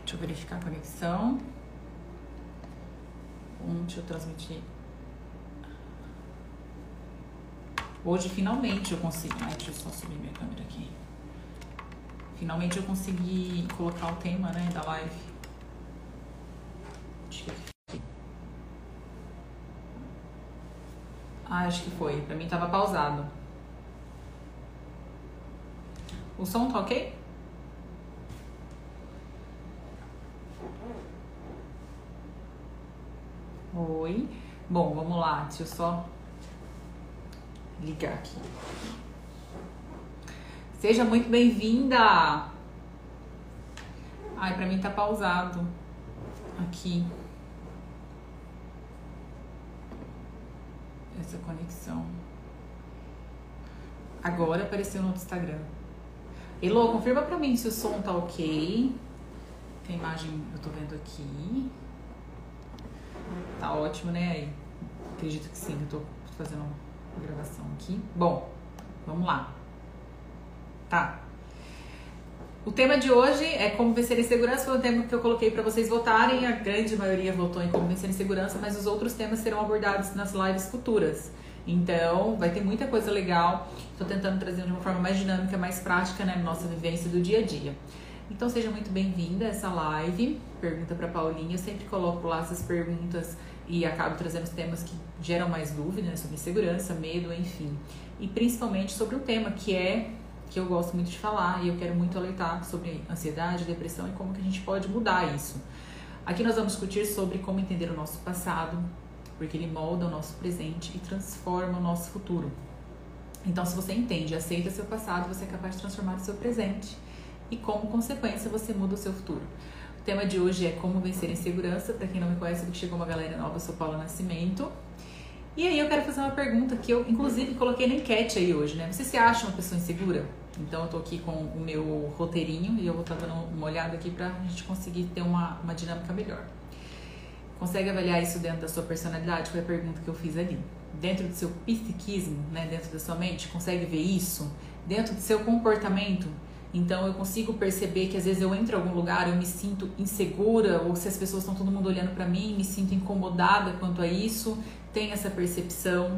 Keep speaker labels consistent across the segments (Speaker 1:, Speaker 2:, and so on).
Speaker 1: Deixa eu verificar a conexão. Deixa eu transmitir. Hoje, finalmente, eu consegui... Ai, deixa eu só subir minha câmera aqui. Finalmente, eu consegui colocar o tema, né, da live. Acho que foi. Pra mim, tava pausado. O som tá ok? Oi. Bom, vamos lá. Deixa eu só ligar aqui. Seja muito bem-vinda. Ai, pra mim tá pausado aqui essa conexão. Agora apareceu no Instagram. Elô, confirma pra mim se o som tá ok. Tem imagem, eu tô vendo aqui. Tá ótimo, né? Aí, acredito que sim, eu tô fazendo uma gravação aqui. Bom, vamos lá. Tá. O tema de hoje é como vencer em segurança. Foi um tema que eu coloquei para vocês votarem. A grande maioria votou em como vencer em segurança, mas os outros temas serão abordados nas lives futuras. Então, vai ter muita coisa legal. Estou tentando trazer de uma forma mais dinâmica, mais prática, né, na nossa vivência do dia a dia. Então, seja muito bem-vinda a essa live. Pergunta para Paulinha. Eu sempre coloco lá essas perguntas e acabo trazendo os temas que geram mais dúvida, né, sobre segurança, medo, enfim. E principalmente sobre um tema que eu gosto muito de falar e eu quero muito alertar sobre ansiedade, depressão e como que a gente pode mudar isso. Aqui nós vamos discutir sobre como entender o nosso passado, porque ele molda o nosso presente e transforma o nosso futuro. Então, se você entende e aceita seu passado, você é capaz de transformar o seu presente e, como consequência, você muda o seu futuro. O tema de hoje é como vencer em segurança. Para quem não me conhece, porque chegou uma galera nova, eu sou Paula Nascimento. E aí eu quero fazer uma pergunta que eu, inclusive, coloquei na enquete aí hoje, né? Você se acha uma pessoa insegura? Então eu tô aqui com o meu roteirinho e eu vou estar dando uma olhada aqui pra gente conseguir ter uma dinâmica melhor. Consegue avaliar isso dentro da sua personalidade? Foi a pergunta que eu fiz ali. Dentro do seu psiquismo, né? Dentro da sua mente, consegue ver isso? Dentro do seu comportamento? Então eu consigo perceber que às vezes eu entro em algum lugar, eu me sinto insegura, ou se as pessoas estão todo mundo olhando pra mim, me sinto incomodada quanto a isso. Tem essa percepção.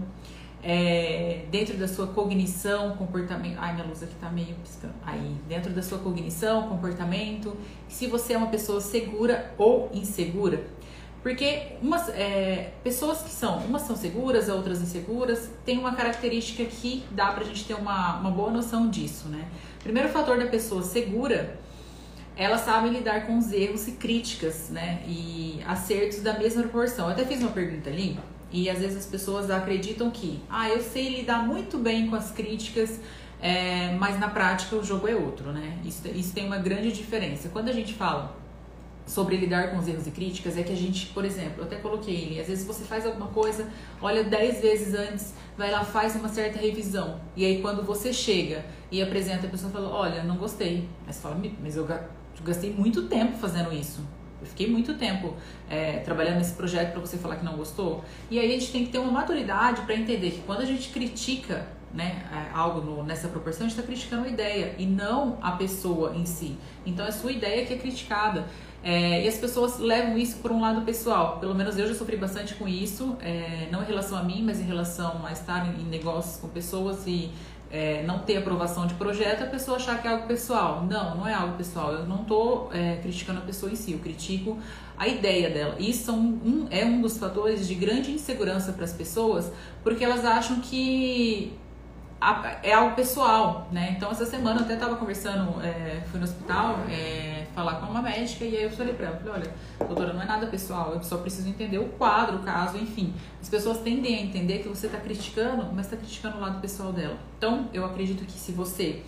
Speaker 1: Dentro da sua cognição, comportamento... Ai, minha luz aqui tá meio piscando. Aí, dentro da sua cognição, comportamento, se você é uma pessoa segura ou insegura. Porque pessoas que umas são seguras, outras inseguras, tem uma característica que dá pra gente ter uma boa noção disso, né? Primeiro fator da pessoa segura, ela sabe lidar com os erros e críticas, né? E acertos da mesma proporção. Eu até fiz uma pergunta ali, e às vezes as pessoas acreditam que, eu sei lidar muito bem com as críticas, mas na prática o jogo é outro, né? Isso tem uma grande diferença. Quando a gente fala sobre lidar com os erros e críticas, é que a gente, por exemplo, eu até coloquei ali, às vezes você faz alguma coisa, olha 10 vezes antes, vai lá, faz uma certa revisão, e aí quando você chega e apresenta, a pessoa fala, olha, não gostei. Aí você fala, mas eu gastei muito tempo fazendo isso. Eu fiquei muito tempo trabalhando nesse projeto para você falar que não gostou. E aí a gente tem que ter uma maturidade para entender que quando a gente critica, né, algo nessa proporção, a gente está criticando a ideia e não a pessoa em si. Então é a sua ideia que é criticada. E as pessoas levam isso por um lado pessoal. Pelo menos eu já sofri bastante com isso, não em relação a mim, mas em relação a estar em negócios com pessoas e não ter aprovação de projeto, a pessoa achar que é algo pessoal. Não é algo pessoal. Eu não estou criticando a pessoa em si, eu critico a ideia dela. Isso é um dos fatores de grande insegurança para as pessoas, porque elas acham que é algo pessoal, né? Então essa semana eu até estava conversando, fui no hospital falar com uma médica, e aí eu falei pra ela, olha, doutora, não é nada pessoal, eu só preciso entender o quadro, o caso, enfim. As pessoas tendem a entender que você está criticando, mas está criticando o lado pessoal dela. Então eu acredito que se você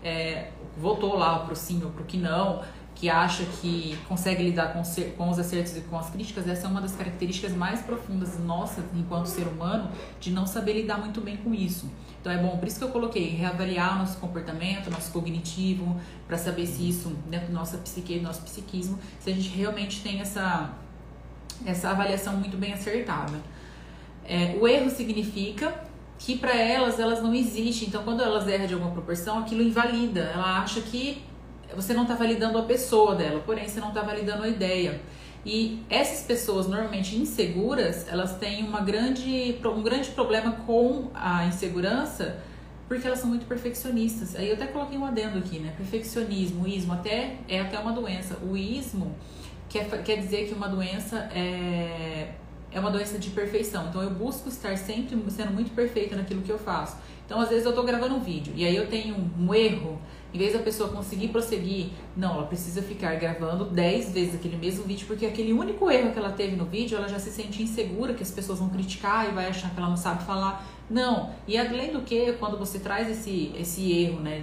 Speaker 1: votou lá pro sim ou pro que não, que acha que consegue lidar com os acertos e com as críticas, essa é uma das características mais profundas nossas enquanto ser humano, de não saber lidar muito bem com isso. Então é bom, por isso que eu coloquei, reavaliar o nosso comportamento, nosso cognitivo, para saber se isso, dentro da nossa psique, do nosso psiquismo, se a gente realmente tem essa avaliação muito bem acertada. O erro significa que para elas não existe, então quando elas erram de alguma proporção, aquilo invalida, ela acha que você não está validando a pessoa dela, porém você não está validando a ideia. E essas pessoas normalmente inseguras, elas têm um grande problema com a insegurança, porque elas são muito perfeccionistas. Aí eu até coloquei um adendo aqui, né? Perfeccionismo, o ismo é até uma doença. O ismo quer dizer que uma doença é uma doença de perfeição. Então eu busco estar sempre sendo muito perfeita naquilo que eu faço. Então às vezes eu tô gravando um vídeo e aí eu tenho um erro, em vez da pessoa conseguir prosseguir, não, ela precisa ficar gravando 10 vezes aquele mesmo vídeo, porque aquele único erro que ela teve no vídeo, ela já se sente insegura, que as pessoas vão criticar e vai achar que ela não sabe falar. Não, e além do que, quando você traz esse erro, né,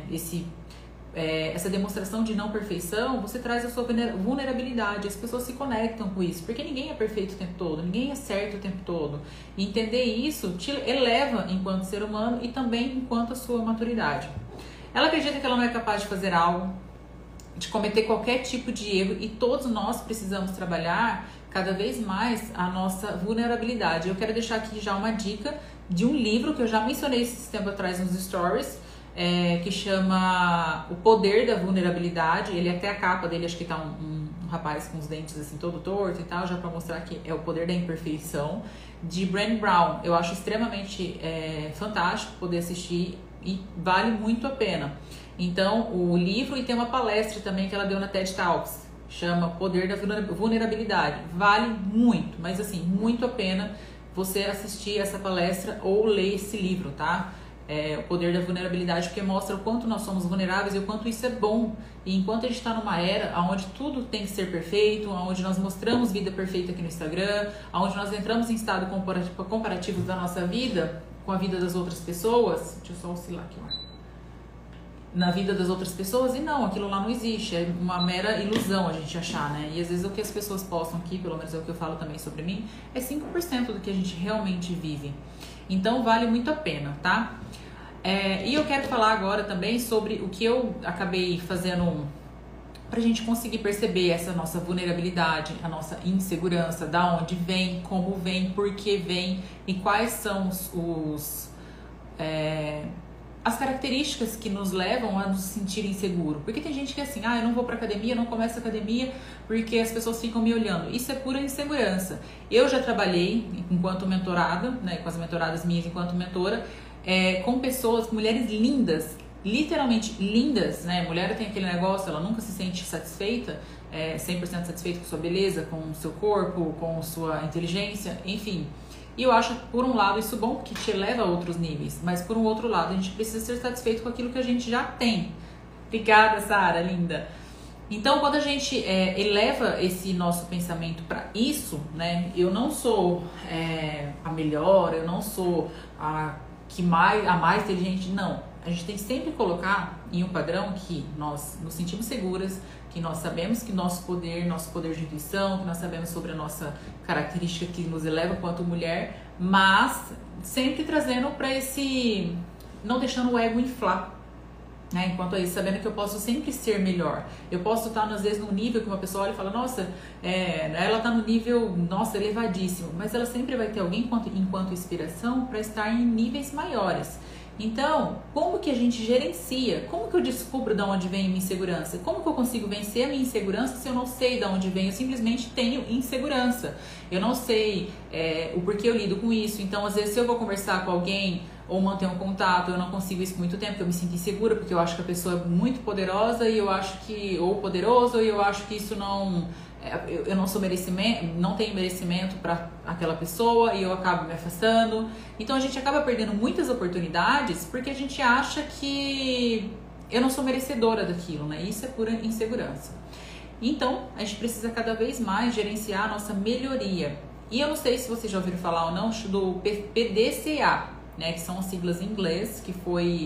Speaker 1: essa demonstração de não perfeição, você traz a sua vulnerabilidade, as pessoas se conectam com isso, porque ninguém é perfeito o tempo todo, ninguém é certo o tempo todo. E entender isso te eleva enquanto ser humano e também enquanto a sua maturidade. Ela acredita que ela não é capaz de fazer algo, de cometer qualquer tipo de erro, e todos nós precisamos trabalhar cada vez mais a nossa vulnerabilidade. Eu quero deixar aqui já uma dica de um livro que eu já mencionei esse tempo atrás nos stories, que chama O Poder da Vulnerabilidade. Ele até a capa dele, acho que tá um rapaz com os dentes assim todo torto e tal, já para mostrar que é O Poder da Imperfeição, de Brené Brown. Eu acho extremamente fantástico poder assistir e vale muito a pena. Então, o livro, e tem uma palestra também que ela deu na TED Talks, chama Poder da Vulnerabilidade. Vale muito, mas assim, muito a pena você assistir essa palestra ou ler esse livro, tá? O Poder da Vulnerabilidade, porque mostra o quanto nós somos vulneráveis e o quanto isso é bom. E enquanto a gente está numa era onde tudo tem que ser perfeito, onde nós mostramos vida perfeita aqui no Instagram, onde nós entramos em estado comparativo da nossa vida com a vida das outras pessoas, deixa eu só oscilar aqui, ó. Na vida das outras pessoas, e não, aquilo lá não existe, é uma mera ilusão a gente achar, né? E às vezes o que as pessoas postam aqui, pelo menos é o que eu falo também sobre mim, é 5% do que a gente realmente vive. Então vale muito a pena, tá? E eu quero falar agora também sobre o que eu acabei fazendo pra gente conseguir perceber essa nossa vulnerabilidade, a nossa insegurança, da onde vem, como vem, por que vem e quais são as características que nos levam a nos sentir inseguro. Porque tem gente que é assim, eu não vou pra academia, não começo a academia porque as pessoas ficam me olhando. Isso é pura insegurança. Eu já trabalhei enquanto mentorada, né, com as mentoradas minhas enquanto mentora, com pessoas, mulheres lindas, literalmente lindas, né? Mulher tem aquele negócio, ela nunca se sente satisfeita, 100% satisfeita com sua beleza, com o seu corpo, com sua inteligência, enfim. E eu acho, por um lado, isso bom, porque te eleva a outros níveis. Mas, por um outro lado, a gente precisa ser satisfeito com aquilo que a gente já tem. Obrigada, Sara, linda. Então, quando a gente eleva esse nosso pensamento para isso, né? Eu não sou a melhor, eu não sou a mais inteligente, não. A gente tem que sempre colocar em um padrão que nós nos sentimos seguras, que nós sabemos que nosso poder de intuição, que nós sabemos sobre a nossa característica que nos eleva quanto mulher, mas sempre trazendo para esse, não deixando o ego inflar, né? Enquanto a isso, sabendo que eu posso sempre ser melhor. Eu posso estar, às vezes, num nível que uma pessoa olha e fala, nossa, ela está no nível, nossa, elevadíssimo, mas ela sempre vai ter alguém enquanto inspiração para estar em níveis maiores. Então, como que a gente gerencia? Como que eu descubro de onde vem a minha insegurança? Como que eu consigo vencer a minha insegurança se eu não sei de onde vem? Eu simplesmente tenho insegurança. Eu não sei o porquê eu lido com isso. Então, às vezes, se eu vou conversar com alguém ou manter um contato, eu não consigo isso por muito tempo, porque eu me sinto insegura, porque eu acho que a pessoa é muito poderosa e eu acho que, ou poderoso, e eu acho que isso não... eu não sou merecimento, não tenho merecimento para aquela pessoa e eu acabo me afastando. Então a gente acaba perdendo muitas oportunidades porque a gente acha que eu não sou merecedora daquilo, né? Isso é pura insegurança. Então a gente precisa cada vez mais gerenciar a nossa melhoria. E eu não sei se vocês já ouviram falar ou não do PDCA, né? Que são as siglas em inglês, que foi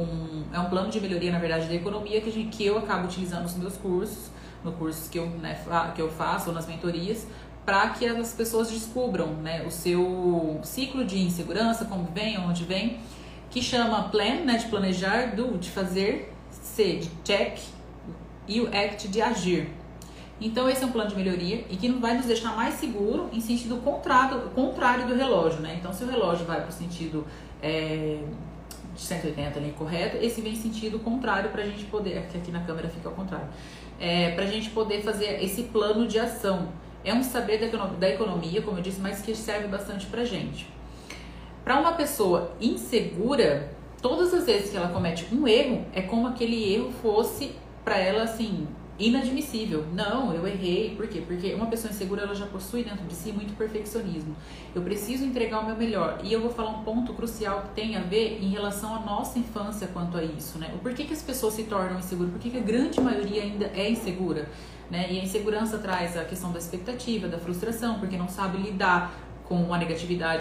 Speaker 1: um plano de melhoria, na verdade, da economia que eu acabo utilizando nos meus cursos. No curso que eu faço, ou nas mentorias, para que as pessoas descubram, né, o seu ciclo de insegurança, como vem, onde vem, que chama plan, né, de planejar, do, de fazer, C, de check, e o act, de agir. Então esse é um plano de melhoria e que vai nos deixar mais seguro em sentido contrário do relógio, né? Então se o relógio vai para o sentido de 180 ali correto, esse vem em sentido contrário pra gente poder, que aqui na câmera fica ao contrário, pra gente poder fazer esse plano de ação. É um saber da economia, como eu disse, mas que serve bastante pra gente. Para uma pessoa insegura, todas as vezes que ela comete um erro, é como aquele erro fosse para ela assim, inadmissível. Não, eu errei. Por quê? Porque uma pessoa insegura, ela já possui dentro de si muito perfeccionismo. Eu preciso entregar o meu melhor. E eu vou falar um ponto crucial que tem a ver em relação à nossa infância quanto a isso, né? O porquê que as pessoas se tornam inseguras? Por que a grande maioria ainda é insegura? Né? E a insegurança traz a questão da expectativa, da frustração, porque não sabe lidar com a negatividade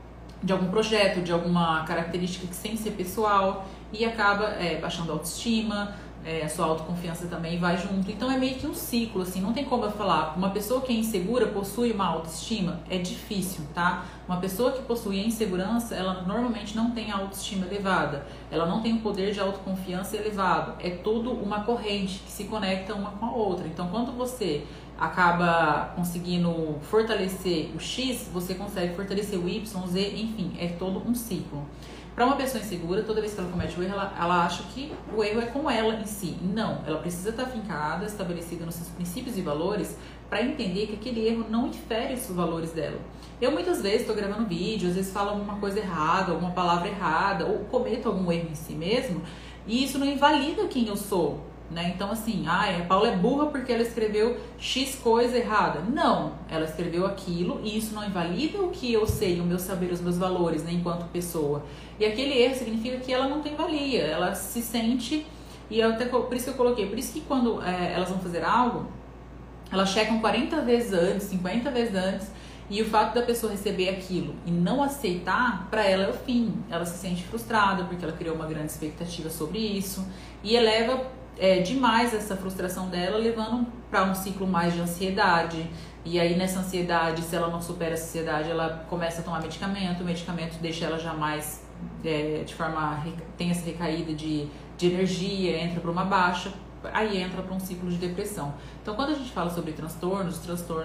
Speaker 1: de algum projeto, de alguma característica que sem ser pessoal, e acaba baixando a autoestima, a sua autoconfiança também vai junto. Então é meio que um ciclo, assim, não tem como eu falar, uma pessoa que é insegura possui uma autoestima? É difícil, tá? Uma pessoa que possui a insegurança, ela normalmente não tem a autoestima elevada, ela não tem um poder de autoconfiança elevado, é tudo uma corrente que se conecta uma com a outra. Então quando você acaba conseguindo fortalecer o X, você consegue fortalecer o Y, Z, enfim, é todo um ciclo. Para uma pessoa insegura, toda vez que ela comete o erro, ela acha que o erro é com ela em si. Não, ela precisa estar fincada, estabelecida nos seus princípios e valores para entender que aquele erro não infere os valores dela. Eu muitas vezes estou gravando vídeo, às vezes falo alguma coisa errada, alguma palavra errada, ou cometo algum erro em si mesmo, e isso não invalida quem eu sou. Né? Então assim, a Paula é burra porque ela escreveu X coisa errada. Não, ela escreveu aquilo e isso não invalida o que eu sei, o meu saber, os meus valores, né, enquanto pessoa. E aquele erro significa que ela não tem valia, ela se sente, e eu até, por isso que eu coloquei, por isso que quando elas vão fazer algo, elas checam 40 vezes antes, 50 vezes antes, e o fato da pessoa receber aquilo e não aceitar, para ela é o fim. Ela se sente frustrada porque ela criou uma grande expectativa sobre isso e eleva demais essa frustração dela, levando para um ciclo mais de ansiedade. E aí nessa ansiedade, se ela não supera essa ansiedade, ela começa a tomar medicamento, o medicamento deixa ela já mais de forma, tem essa recaída de energia, entra para uma baixa, aí entra para um ciclo de depressão. Então quando a gente fala sobre transtornos,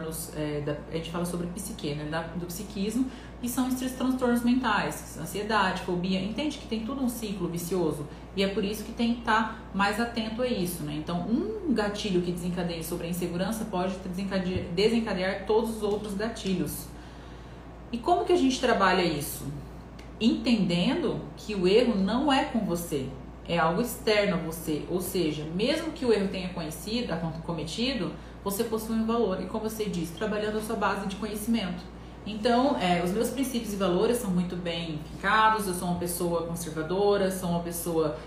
Speaker 1: a gente fala sobre psique, né, do psiquismo, e são esses transtornos mentais, ansiedade, fobia, entende que tem tudo um ciclo vicioso, e é por isso que tem que estar mais atento a isso, né? Então um gatilho que desencadeia sobre a insegurança pode desencadear todos os outros gatilhos. E como que a gente trabalha isso? Entendendo que o erro não é com você, é algo externo a você, ou seja, mesmo que o erro tenha cometido, você possui um valor, e como você disse, trabalhando a sua base de conhecimento. Então, os meus princípios e valores são muito bem fincados, eu sou uma pessoa conservadora, sou uma pessoa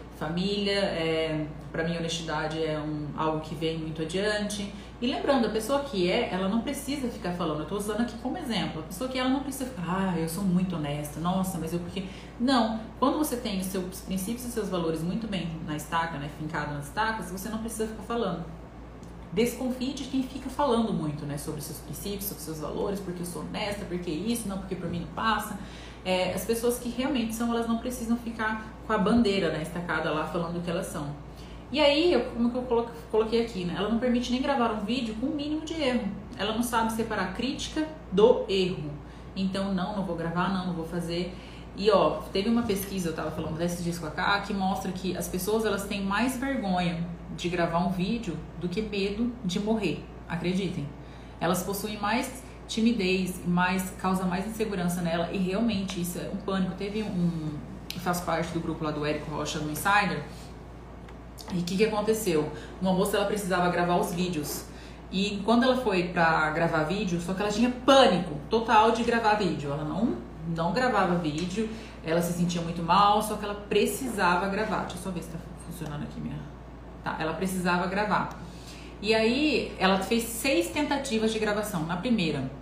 Speaker 1: família, para mim honestidade é algo que vem muito adiante. E lembrando, a pessoa que ela não precisa ficar falando, eu estou usando aqui como exemplo, a pessoa que ela não precisa ficar, eu sou muito honesta, nossa, mas eu porque... Não, quando você tem os seus princípios e seus valores muito bem na estaca, né, fincado nas estacas, você não precisa ficar falando. Desconfie de quem fica falando muito, né, sobre seus princípios, sobre seus valores, porque eu sou honesta, porque isso, não, porque por mim não passa. As pessoas que realmente são, elas não precisam ficar com a bandeira, né, estacada lá, falando o que elas são. E aí, como que eu coloquei aqui, né, ela não permite nem gravar um vídeo com o mínimo de erro. Ela não sabe separar a crítica do erro. Então, não vou gravar, não vou fazer. E teve uma pesquisa, eu tava falando desses dias com a Cá, que mostra que as pessoas, elas têm mais vergonha de gravar um vídeo do que medo de morrer, acreditem. Elas possuem mais timidez, causa mais insegurança nela, e realmente isso é um pânico. Teve que faz parte do grupo lá do Érico Rocha no Insider, e o que aconteceu? Uma moça, ela precisava gravar os vídeos, e quando ela foi pra gravar vídeo, só que ela tinha pânico total de gravar vídeo, ela não gravava vídeo, ela se sentia muito mal, só que ela precisava gravar. Deixa eu só ver se tá funcionando aqui Tá, ela precisava gravar. E aí, ela fez 6 tentativas de gravação. Na primeira,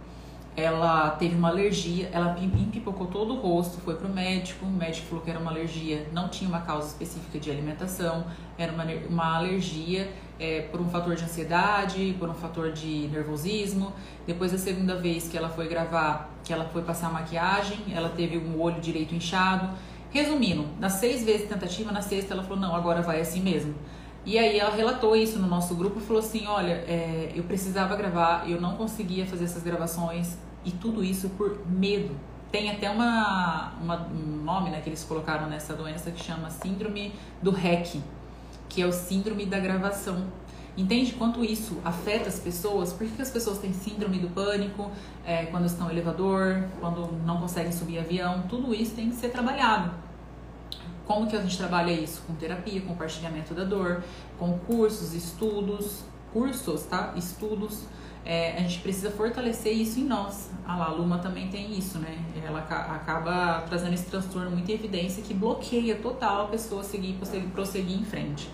Speaker 1: ela teve uma alergia, ela empipocou todo o rosto, foi pro médico, o médico falou que era uma alergia, não tinha uma causa específica de alimentação, era uma alergia por um fator de ansiedade, por um fator de nervosismo. Depois da segunda vez que ela foi gravar, que ela foi passar maquiagem, ela teve um olho direito inchado. Resumindo, nas 6 vezes de tentativa, na sexta ela falou, não, agora vai assim mesmo. E aí ela relatou isso no nosso grupo e falou assim, olha, eu precisava gravar, eu não conseguia fazer essas gravações, e tudo isso por medo. Tem até um nome, né, que eles colocaram nessa doença que chama síndrome do REC, que é o síndrome da gravação. Entende quanto isso afeta as pessoas? Por que as pessoas têm síndrome do pânico quando estão no elevador, quando não conseguem subir avião? Tudo isso tem que ser trabalhado. Como que a gente trabalha isso? Com terapia, compartilhamento da dor, com cursos, estudos, estudos. A gente precisa fortalecer isso em nós. A Luma também tem isso, né? Ela acaba trazendo esse transtorno muito em evidência que bloqueia total a pessoa prosseguir em frente.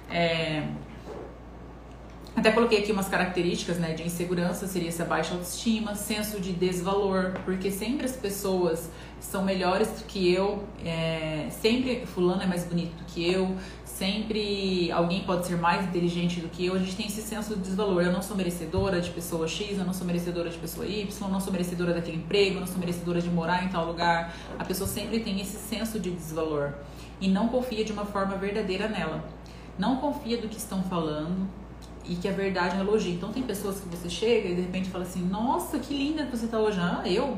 Speaker 1: Até coloquei aqui umas características, né, de insegurança, seria essa baixa autoestima, senso de desvalor, porque sempre as pessoas são melhores do que eu, sempre fulano é mais bonito do que eu, sempre alguém pode ser mais inteligente do que eu, a gente tem esse senso de desvalor, eu não sou merecedora de pessoa X, eu não sou merecedora de pessoa Y, eu não sou merecedora daquele emprego, eu não sou merecedora de morar em tal lugar, a pessoa sempre tem esse senso de desvalor e não confia de uma forma verdadeira nela, não confia do que estão falando, e que a verdade é um elogio. Então tem pessoas que você chega e de repente fala assim, nossa, que linda que você tá hoje. Ah, eu?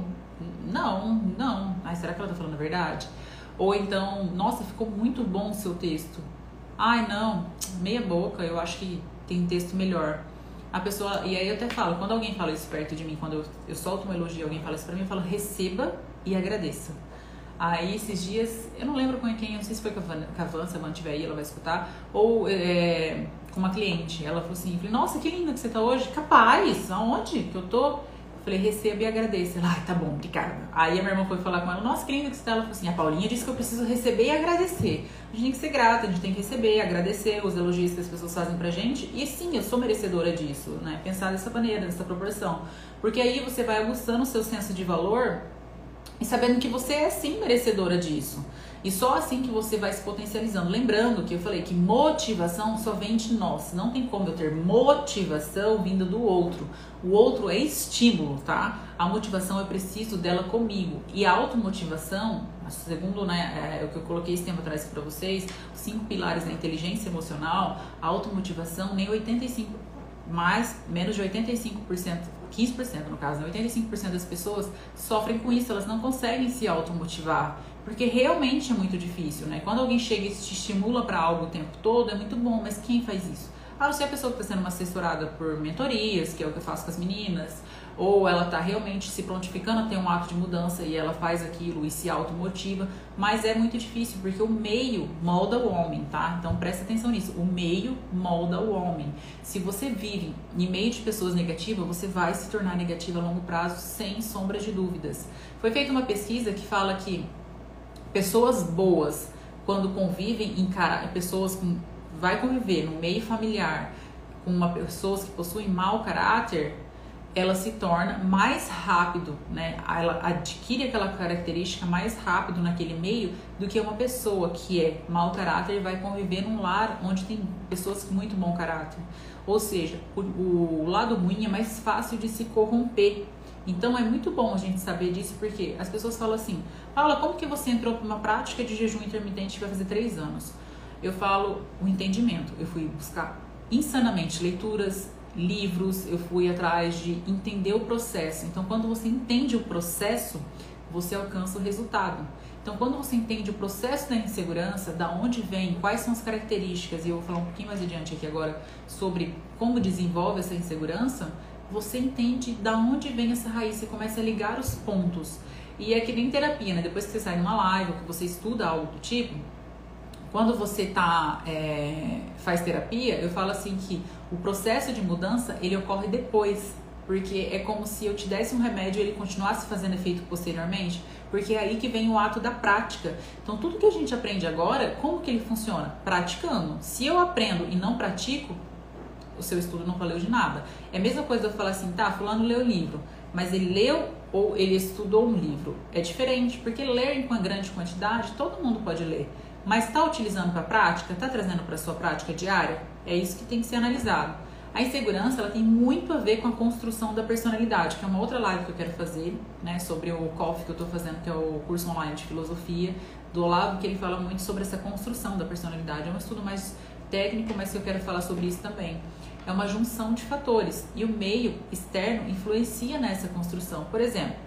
Speaker 1: Não. Ai, será que ela tá falando a verdade? Ou então, nossa, ficou muito bom o seu texto. Ai, não, meia boca, eu acho que tem texto melhor. A pessoa, e aí eu até falo, quando alguém fala isso perto de mim, quando eu solto um elogio, alguém fala isso pra mim, eu falo, receba e agradeça. Aí esses dias, eu não lembro com quem, não sei se foi com a Van, se a Van estiver aí, ela vai escutar, ou com uma cliente, ela falou assim, nossa, que linda que você tá hoje, capaz, aonde que eu tô? Eu falei, receba e agradeça. Ela, ai, tá bom, obrigada. Aí a minha irmã foi falar com ela, nossa, que linda que você tá, ela falou assim, a Paulinha disse que eu preciso receber e agradecer. A gente tem que ser grata, a gente tem que receber, agradecer os elogios que as pessoas fazem pra gente, e sim, eu sou merecedora disso, né, pensar dessa maneira, dessa proporção, porque aí você vai aguçando o seu senso de valor, e sabendo que você é sim merecedora disso. E só assim que você vai se potencializando. Lembrando que eu falei que motivação só vem de nós. Não tem como eu ter motivação vinda do outro. O outro é estímulo, tá? A motivação eu preciso dela comigo. E a automotivação, segundo, né, o que eu coloquei esse tempo atrás para vocês, os 5 pilares da inteligência emocional, a automotivação nem 85%, menos de 85%, 15% no caso, 85% das pessoas sofrem com isso, elas não conseguem se automotivar, porque realmente é muito difícil, né? Quando alguém chega e te estimula para algo o tempo todo, é muito bom, mas quem faz isso? A não ser a pessoa que está sendo assessorada por mentorias, que é o que eu faço com as meninas, ou ela está realmente se prontificando a ter um ato de mudança e ela faz aquilo e se automotiva, mas é muito difícil porque o meio molda o homem, tá? Então presta atenção nisso, o meio molda o homem. Se você vive em meio de pessoas negativas, você vai se tornar negativa a longo prazo, sem sombra de dúvidas. Foi feita uma pesquisa que fala que pessoas boas, quando convivem vai conviver no meio familiar com pessoas que possuem mau caráter, ela se torna mais rápido, né? Ela adquire aquela característica mais rápido naquele meio do que uma pessoa que é mau caráter e vai conviver num lar onde tem pessoas com muito bom caráter. Ou seja, o lado ruim é mais fácil de se corromper. Então é muito bom a gente saber disso, porque as pessoas falam assim, Paula, como que você entrou para uma prática de jejum intermitente que vai fazer 3 anos? Eu falo o entendimento, eu fui buscar insanamente leituras, livros, eu fui atrás de entender o processo. Então quando você entende o processo, você alcança o resultado. Então quando você entende o processo da insegurança, da onde vem, quais são as características, e eu vou falar um pouquinho mais adiante aqui agora sobre como desenvolve essa insegurança, você entende da onde vem essa raiz, você começa a ligar os pontos. E é que nem terapia, né? Depois que você sai numa live ou que você estuda algo do tipo, quando você faz terapia, eu falo assim que o processo de mudança, ele ocorre depois, porque é como se eu te desse um remédio e ele continuasse fazendo efeito posteriormente, porque é aí que vem o ato da prática. Então tudo que a gente aprende agora, como que ele funciona? Praticando. Se eu aprendo e não pratico, o seu estudo não valeu de nada. É a mesma coisa eu falar assim, tá, fulano leu o livro, mas ele leu ou ele estudou um livro. É diferente, porque ler em grande quantidade, todo mundo pode ler. Mas está utilizando para a prática? Está trazendo para a sua prática diária? É isso que tem que ser analisado. A insegurança, ela tem muito a ver com a construção da personalidade, que é uma outra live que eu quero fazer, né, sobre o COF que eu estou fazendo, que é o curso online de filosofia do Olavo, que ele fala muito sobre essa construção da personalidade. É um estudo mais técnico, mas que eu quero falar sobre isso também. É uma junção de fatores e o meio externo influencia nessa construção. Por exemplo,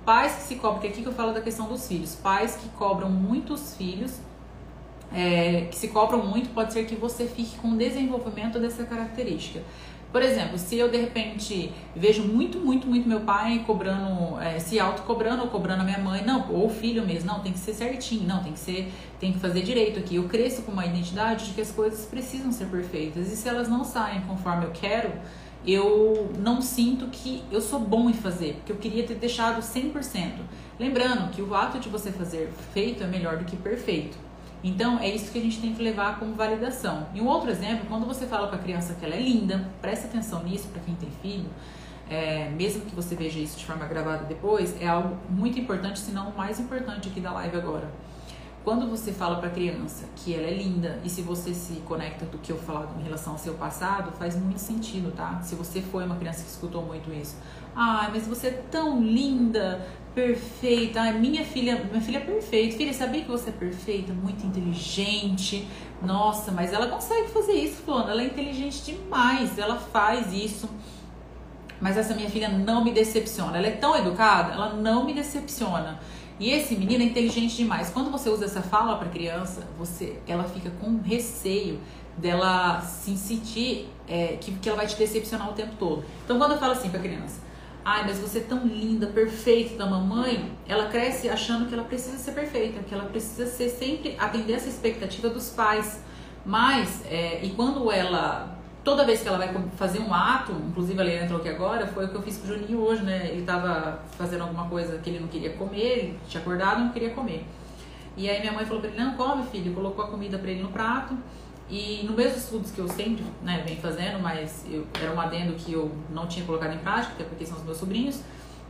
Speaker 1: Pais que se cobram, porque aqui que eu falo da questão dos filhos, pais que cobram muitos filhos, que se cobram muito, pode ser que você fique com o desenvolvimento dessa característica. Por exemplo, se eu de repente vejo muito meu pai cobrando, se auto-cobrando ou cobrando a minha mãe, não, ou o filho mesmo, não, tem que ser certinho, não, tem que fazer direito aqui. Eu cresço com uma identidade de que as coisas precisam ser perfeitas, e se elas não saem conforme eu quero, eu não sinto que eu sou bom em fazer, porque eu queria ter deixado 100%. Lembrando que o ato de você fazer feito é melhor do que perfeito. Então, é isso que a gente tem que levar como validação. E um outro exemplo, quando você fala para a criança que ela é linda, presta atenção nisso para quem tem filho, mesmo que você veja isso de forma gravada depois, é algo muito importante, se não o mais importante aqui da live agora. Quando você fala para a criança que ela é linda, e se você se conecta do que eu falado em relação ao seu passado, faz muito sentido, tá? Se você foi uma criança que escutou muito isso. Ai, mas você é tão linda, perfeita. Ai, minha filha é perfeita. Filha, sabia que você é perfeita? Muito inteligente. Nossa, mas ela consegue fazer isso, fulano. Ela é inteligente demais, ela faz isso. Mas essa minha filha não me decepciona. Ela é tão educada, ela não me decepciona. E esse menino é inteligente demais. Quando você usa essa fala para criança, ela fica com receio dela se sentir que ela vai te decepcionar o tempo todo. Então, quando eu falo assim para criança, ai, mas você é tão linda, perfeita da mamãe, ela cresce achando que ela precisa ser perfeita, que ela precisa ser sempre atender essa expectativa dos pais. Mas, e quando toda vez que ela vai fazer um ato, inclusive ela entrou aqui agora, foi o que eu fiz com o Juninho hoje, né? Ele tava fazendo alguma coisa que ele não queria comer, ele tinha acordado e não queria comer. E aí minha mãe falou pra ele, não, come filho, colocou a comida pra ele no prato. E no mesmo estudos que eu sempre venho fazendo, mas era um adendo que eu não tinha colocado em prática, até porque são os meus sobrinhos.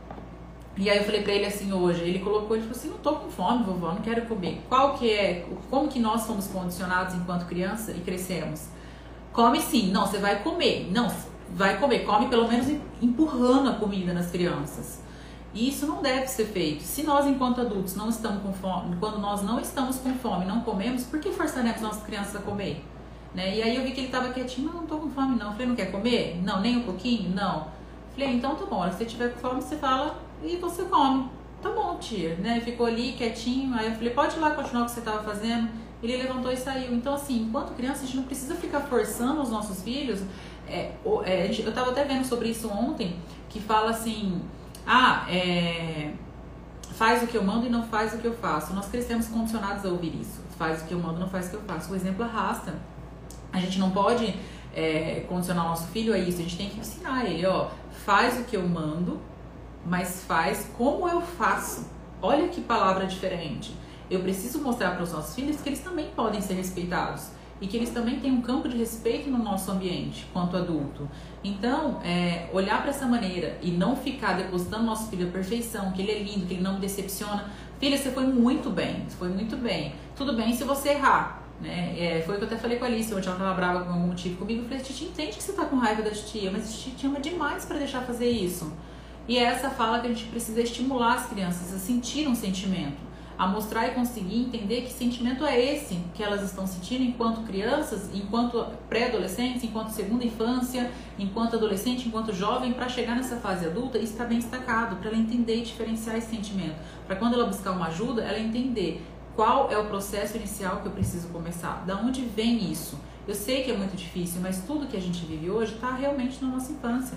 Speaker 1: E aí eu falei pra ele assim hoje, ele falou assim, não tô com fome, vovó, não quero comer. Como que nós fomos condicionados enquanto criança e crescemos? Come sim, não, você vai comer, não, vai comer, come pelo menos empurrando a comida nas crianças. E isso não deve ser feito. Se nós, enquanto adultos, não estamos com fome, quando nós não estamos com fome, não comemos, por que forçaremos nossas crianças a comer? Né? E aí eu vi que ele estava quietinho, não tô com fome não. Eu falei, não quer comer? Não, nem um pouquinho? Não. Eu falei, então tá bom, se você tiver com fome, você fala e você come. Tá bom, tia, né? Ficou ali quietinho, aí eu falei, pode ir lá continuar o que você estava fazendo. Ele levantou e saiu. Então, assim, enquanto criança, a gente não precisa ficar forçando os nossos filhos. Eu estava até vendo sobre isso ontem, que fala assim, faz o que eu mando e não faz o que eu faço. Nós crescemos condicionados a ouvir isso. Faz o que eu mando, não faz o que eu faço. O exemplo arrasta. A gente não pode condicionar o nosso filho a isso. A gente tem que ensinar ele, faz o que eu mando, mas faz como eu faço. Olha que palavra diferente. Eu preciso mostrar para os nossos filhos que eles também podem ser respeitados e que eles também têm um campo de respeito no nosso ambiente, quanto adulto. Então, olhar para essa maneira e não ficar depositando no nosso filho a perfeição, que ele é lindo, que ele não me decepciona. Filha, você foi muito bem, Tudo bem se você errar, né? Foi o que eu até falei com a Alice, ontem ela estava brava com algum motivo comigo. Eu falei, titia, entende que você está com raiva da titia, mas a titia te ama demais para deixar fazer isso. E é essa fala que a gente precisa estimular as crianças a sentir um sentimento, a mostrar e conseguir entender que sentimento é esse que elas estão sentindo enquanto crianças, enquanto pré-adolescentes, enquanto segunda infância, enquanto adolescente, enquanto jovem, para chegar nessa fase adulta e estar bem destacado, para ela entender e diferenciar esse sentimento, para quando ela buscar uma ajuda, ela entender qual é o processo inicial que eu preciso começar, da onde vem isso. Eu sei que é muito difícil, mas tudo que a gente vive hoje está realmente na nossa infância.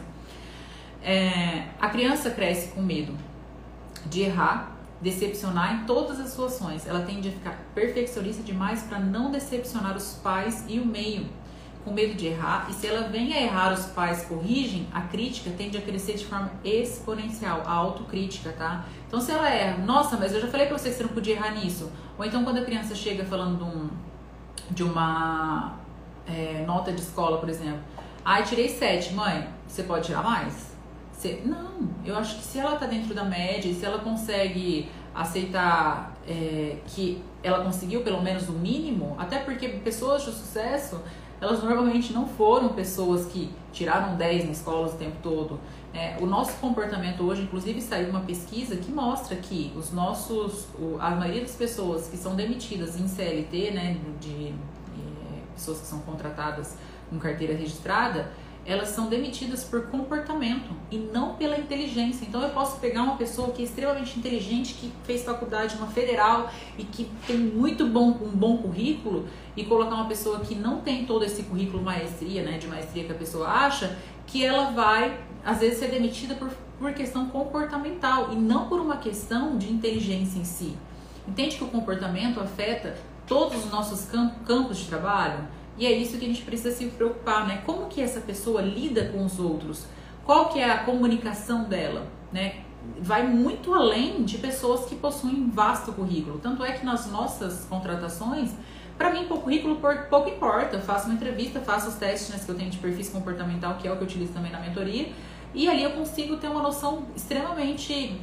Speaker 1: A criança cresce com medo de errar, decepcionar em todas as suas ações. Ela tende a ficar perfeccionista demais para não decepcionar os pais e o meio, com medo de errar. E se ela vem a errar, os pais corrigem, a crítica tende a crescer de forma exponencial, a autocrítica, tá? Então se ela erra, nossa, mas eu já falei para você que você não podia errar nisso. Ou então quando a criança chega falando de uma nota de escola, por exemplo, tirei 7, mãe, você pode tirar mais? Não, eu acho que se ela tá dentro da média e se ela consegue aceitar que ela conseguiu pelo menos o mínimo, até porque pessoas de sucesso, elas normalmente não foram pessoas que tiraram 10 na escola o tempo todo. O nosso comportamento hoje, inclusive saiu uma pesquisa que mostra que a maioria das pessoas que são demitidas em CLT, né, de pessoas que são contratadas com carteira registrada, elas são demitidas por comportamento e não pela inteligência. Então eu posso pegar uma pessoa que é extremamente inteligente, que fez faculdade numa federal e que tem um bom currículo, e colocar uma pessoa que não tem todo esse currículo maestria, né, de maestria que a pessoa acha, que ela vai às vezes ser demitida por questão comportamental e não por uma questão de inteligência em si. Entende que o comportamento afeta todos os nossos campos de trabalho? E é isso que a gente precisa se preocupar, né? Como que essa pessoa lida com os outros? Qual que é a comunicação dela, né? Vai muito além de pessoas que possuem vasto currículo. Tanto é que nas nossas contratações, para mim, o currículo pouco importa. Eu faço uma entrevista, faço os testes, né, que eu tenho de perfis comportamental, que é o que eu utilizo também na mentoria. E ali eu consigo ter uma noção extremamente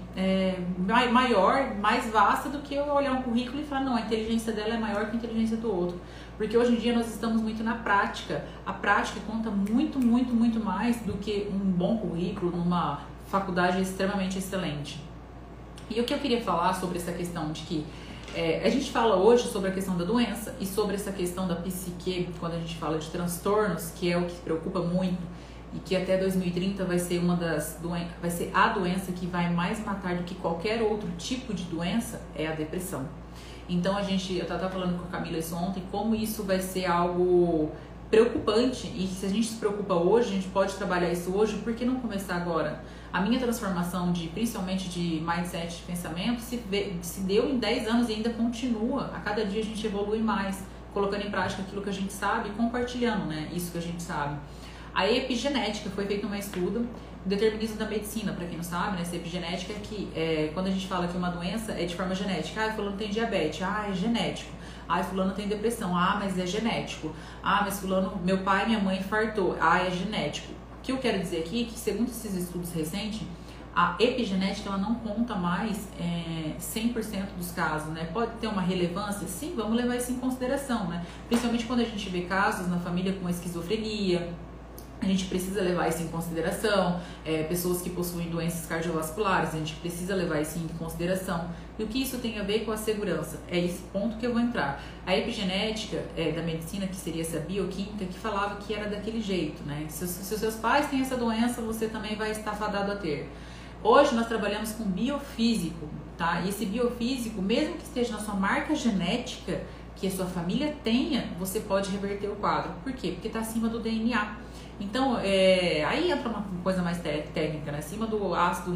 Speaker 1: maior, mais vasta do que eu olhar um currículo e falar, não, a inteligência dela é maior que a inteligência do outro. Porque hoje em dia nós estamos muito na prática. A prática conta muito, muito, muito mais do que um bom currículo numa faculdade extremamente excelente. E o que eu queria falar sobre essa questão de que a gente fala hoje sobre a questão da doença e sobre essa questão da psique, quando a gente fala de transtornos, que é o que preocupa muito, e que até 2030 vai ser vai ser a doença que vai mais matar do que qualquer outro tipo de doença, é a depressão. Então eu estava falando com a Camila isso ontem, como isso vai ser algo preocupante, e se a gente se preocupa hoje, a gente pode trabalhar isso hoje, por que não começar agora? A minha transformação principalmente de mindset, de pensamento, se deu em 10 anos e ainda continua. A cada dia a gente evolui mais, colocando em prática aquilo que a gente sabe e compartilhando, né, isso que a gente sabe. A epigenética, foi feito um estudo, o determinismo da medicina, para quem não sabe, né, essa epigenética é que quando a gente fala que uma doença é de forma genética, fulano tem diabetes, é genético. Fulano tem depressão, mas é genético. Mas fulano, meu pai e minha mãe infartou, é genético. O que eu quero dizer aqui é que, segundo esses estudos recentes, a epigenética ela não conta mais 100% dos casos, né? Pode ter uma relevância? Sim, vamos levar isso em consideração, né? Principalmente quando a gente vê casos na família com esquizofrenia, a gente precisa levar isso em consideração. Pessoas que possuem doenças cardiovasculares, a gente precisa levar isso em consideração. E o que isso tem a ver com a segurança? É esse ponto que eu vou entrar. A epigenética da medicina, que seria essa bioquímica, que falava que era daquele jeito, né? Se os seus pais têm essa doença, você também vai estar fadado a ter. Hoje nós trabalhamos com biofísico, tá? E esse biofísico, mesmo que esteja na sua marca genética, que a sua família tenha, você pode reverter o quadro. Por quê? Porque está acima do DNA. Então, aí entra uma coisa mais técnica, né? Acima do ácido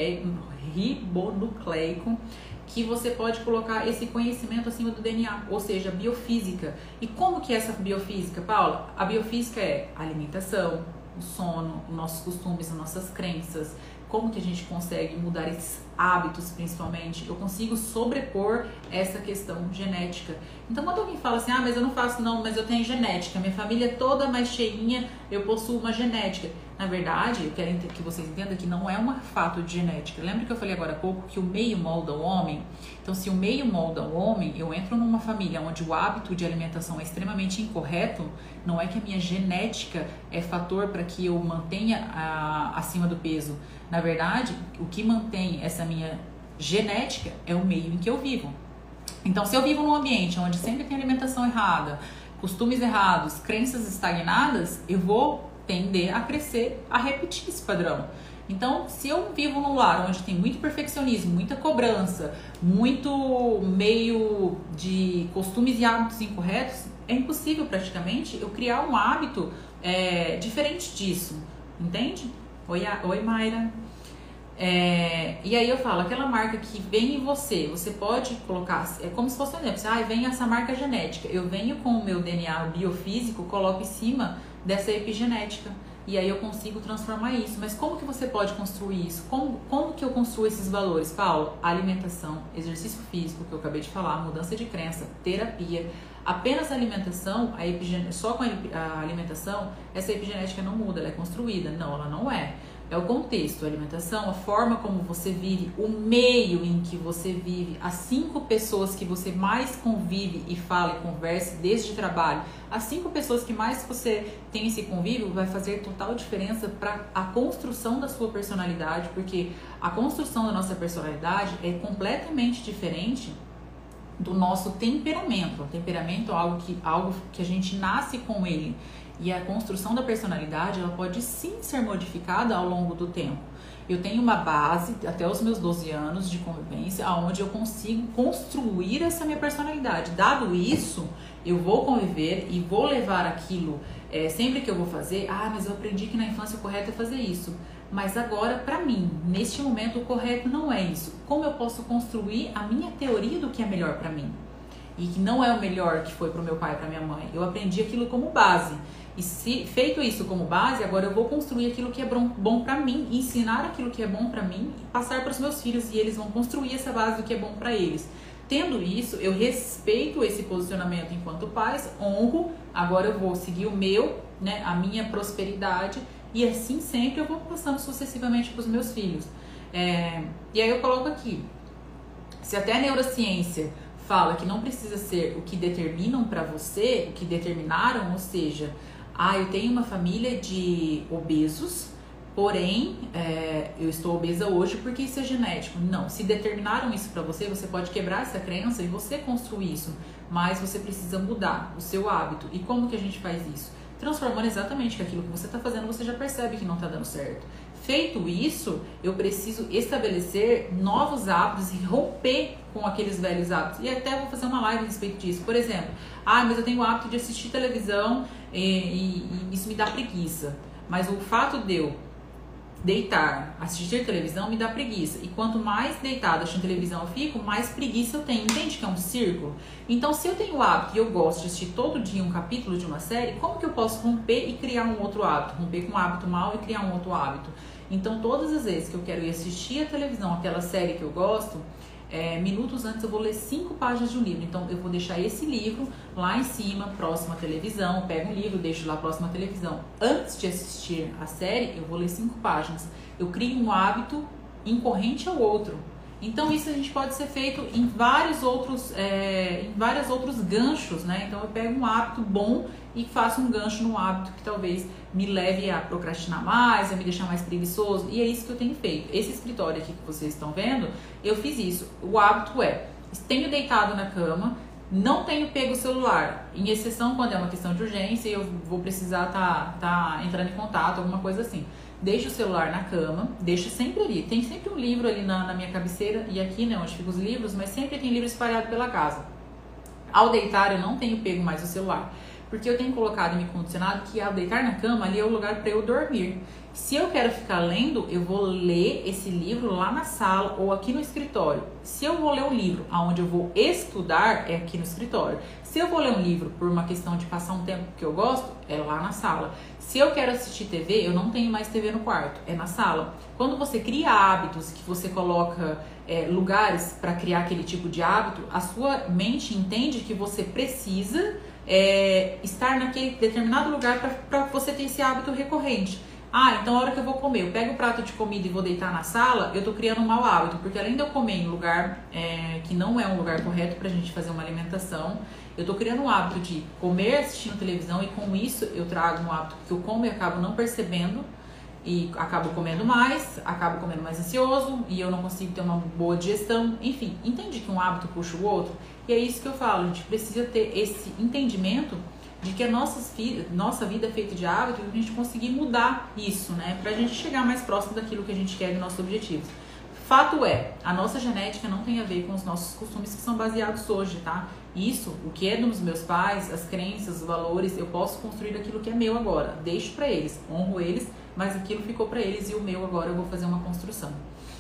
Speaker 1: ribonucleico, que você pode colocar esse conhecimento acima do DNA, ou seja, biofísica. E como que é essa biofísica, Paula? A biofísica é a alimentação, o sono, os nossos costumes, as nossas crenças. Como que a gente consegue mudar esses hábitos, principalmente? Eu consigo sobrepor essa questão genética. Então, quando alguém fala assim, mas eu não faço não, mas eu tenho genética, minha família é toda mais cheinha, eu possuo uma genética. Na verdade, eu quero que vocês entendam que não é um fato de genética. Lembra que eu falei agora há pouco que o meio molda o homem? Então, se o meio molda o homem, eu entro numa família onde o hábito de alimentação é extremamente incorreto, não é que a minha genética é fator para que eu mantenha acima do peso. Na verdade, o que mantém essa minha genética é o meio em que eu vivo. Então, se eu vivo num ambiente onde sempre tem alimentação errada, costumes errados, crenças estagnadas, eu vou tender a crescer, a repetir esse padrão. Então, se eu vivo num lar onde tem muito perfeccionismo, muita cobrança, muito meio de costumes e hábitos incorretos, é impossível praticamente eu criar um hábito diferente disso, entende? Oi Mayra. E aí eu falo, aquela marca que vem em você pode colocar, é como se fosse um exemplo, vem essa marca genética, eu venho com o meu DNA biofísico, coloco em cima dessa epigenética, e aí eu consigo transformar isso. Mas como que você pode construir isso? Como que eu construo esses valores? Paulo, alimentação, exercício físico, que eu acabei de falar, mudança de crença, terapia. Apenas a alimentação, só com a alimentação, essa epigenética não muda, ela é construída. Não, ela não é. É o contexto, a alimentação, a forma como você vive, o meio em que você vive, as 5 pessoas que você mais convive e fala e conversa desde trabalho, as 5 pessoas que mais você tem esse convívio vai fazer total diferença para a construção da sua personalidade, porque a construção da nossa personalidade é completamente diferente do nosso temperamento. O temperamento é algo que a gente nasce com ele. E a construção da personalidade, ela pode sim ser modificada ao longo do tempo. Eu tenho uma base, até os meus 12 anos de convivência, onde eu consigo construir essa minha personalidade. Dado isso, eu vou conviver e vou levar aquilo, sempre que eu vou fazer, mas eu aprendi que na infância o correto é fazer isso. Mas agora, para mim, neste momento, o correto não é isso. Como eu posso construir a minha teoria do que é melhor para mim? E que não é o melhor que foi para o meu pai e para minha mãe. Eu aprendi aquilo como base. E se feito isso como base, agora eu vou construir aquilo que é bom para mim, ensinar aquilo que é bom para mim e passar para os meus filhos, e eles vão construir essa base do que é bom para eles. Tendo isso, eu respeito esse posicionamento enquanto pais, honro, agora eu vou seguir o meu, né, a minha prosperidade, e assim sempre eu vou passando sucessivamente para os meus filhos. E aí eu coloco aqui, se até a neurociência fala que não precisa ser o que determinam para você, o que determinaram, ou seja, eu tenho uma família de obesos, porém, eu estou obesa hoje porque isso é genético. Não, se determinaram isso para você, você pode quebrar essa crença e você construir isso, mas você precisa mudar o seu hábito. E como que a gente faz isso? Transformando exatamente que aquilo que você está fazendo, você já percebe que não está dando certo. Feito isso, eu preciso estabelecer novos hábitos e romper com aqueles velhos hábitos. E até vou fazer uma live a respeito disso. Por exemplo, mas eu tenho o hábito de assistir televisão e isso me dá preguiça. Mas o fato de eu deitar, assistir televisão me dá preguiça. E quanto mais deitada assistindo televisão eu fico, mais preguiça eu tenho. Entende que é um círculo? Então, se eu tenho o hábito e eu gosto de assistir todo dia um capítulo de uma série, como que eu posso romper e criar um outro hábito? Romper com um hábito mau e criar um outro hábito. Então, todas as vezes que eu quero ir assistir a televisão, aquela série que eu gosto, minutos antes eu vou ler 5 páginas de um livro. Então, eu vou deixar esse livro lá em cima, próximo à televisão. Pego um livro, deixo lá próximo à televisão. Antes de assistir a série, eu vou ler 5 páginas. Eu crio um hábito incorrente ao outro. Então, isso a gente pode ser feito em vários outros ganchos, né? Então, eu pego um hábito bom e faço um gancho num hábito que talvez me leve a procrastinar mais, a me deixar mais preguiçoso. E é isso que eu tenho feito. Esse escritório aqui que vocês estão vendo, eu fiz isso. O hábito tenho deitado na cama, não tenho pego o celular, em exceção quando é uma questão de urgência e eu vou precisar tá entrando em contato, alguma coisa assim. Deixo o celular na cama, deixo sempre ali. Tem sempre um livro ali na minha cabeceira e aqui, né, onde ficam os livros, mas sempre tem livro espalhado pela casa. Ao deitar, eu não tenho pego mais o celular, porque eu tenho colocado e me condicionado que ao deitar na cama, ali é o lugar para eu dormir. Se eu quero ficar lendo, eu vou ler esse livro lá na sala ou aqui no escritório. Se eu vou ler um livro onde eu vou estudar, é aqui no escritório. Se eu vou ler um livro por uma questão de passar um tempo que eu gosto, é lá na sala. Se eu quero assistir TV, eu não tenho mais TV no quarto, é na sala. Quando você cria hábitos, que você coloca lugares para criar aquele tipo de hábito, a sua mente entende que você precisa estar naquele determinado lugar para você ter esse hábito recorrente. Então a hora que eu vou comer, eu pego o prato de comida e vou deitar na sala, eu tô criando um mau hábito, porque além de eu comer em lugar que não é um lugar correto pra gente fazer uma alimentação, eu tô criando um hábito de comer assistindo televisão, e com isso eu trago um hábito que eu como e acabo não percebendo, e acabo comendo mais ansioso, e eu não consigo ter uma boa digestão. Enfim, entende que um hábito puxa o outro? E é isso que eu falo, a gente precisa ter esse entendimento de que a nossa vida é feita de hábitos, e a gente conseguir mudar isso, né? Pra gente chegar mais próximo daquilo que a gente quer, dos nossos objetivos. Fato a nossa genética não tem a ver com os nossos costumes que são baseados hoje, tá? Isso, o que é dos meus pais, as crenças, os valores, eu posso construir aquilo que é meu agora. Deixo pra eles, honro eles, mas aquilo ficou pra eles e o meu agora eu vou fazer uma construção.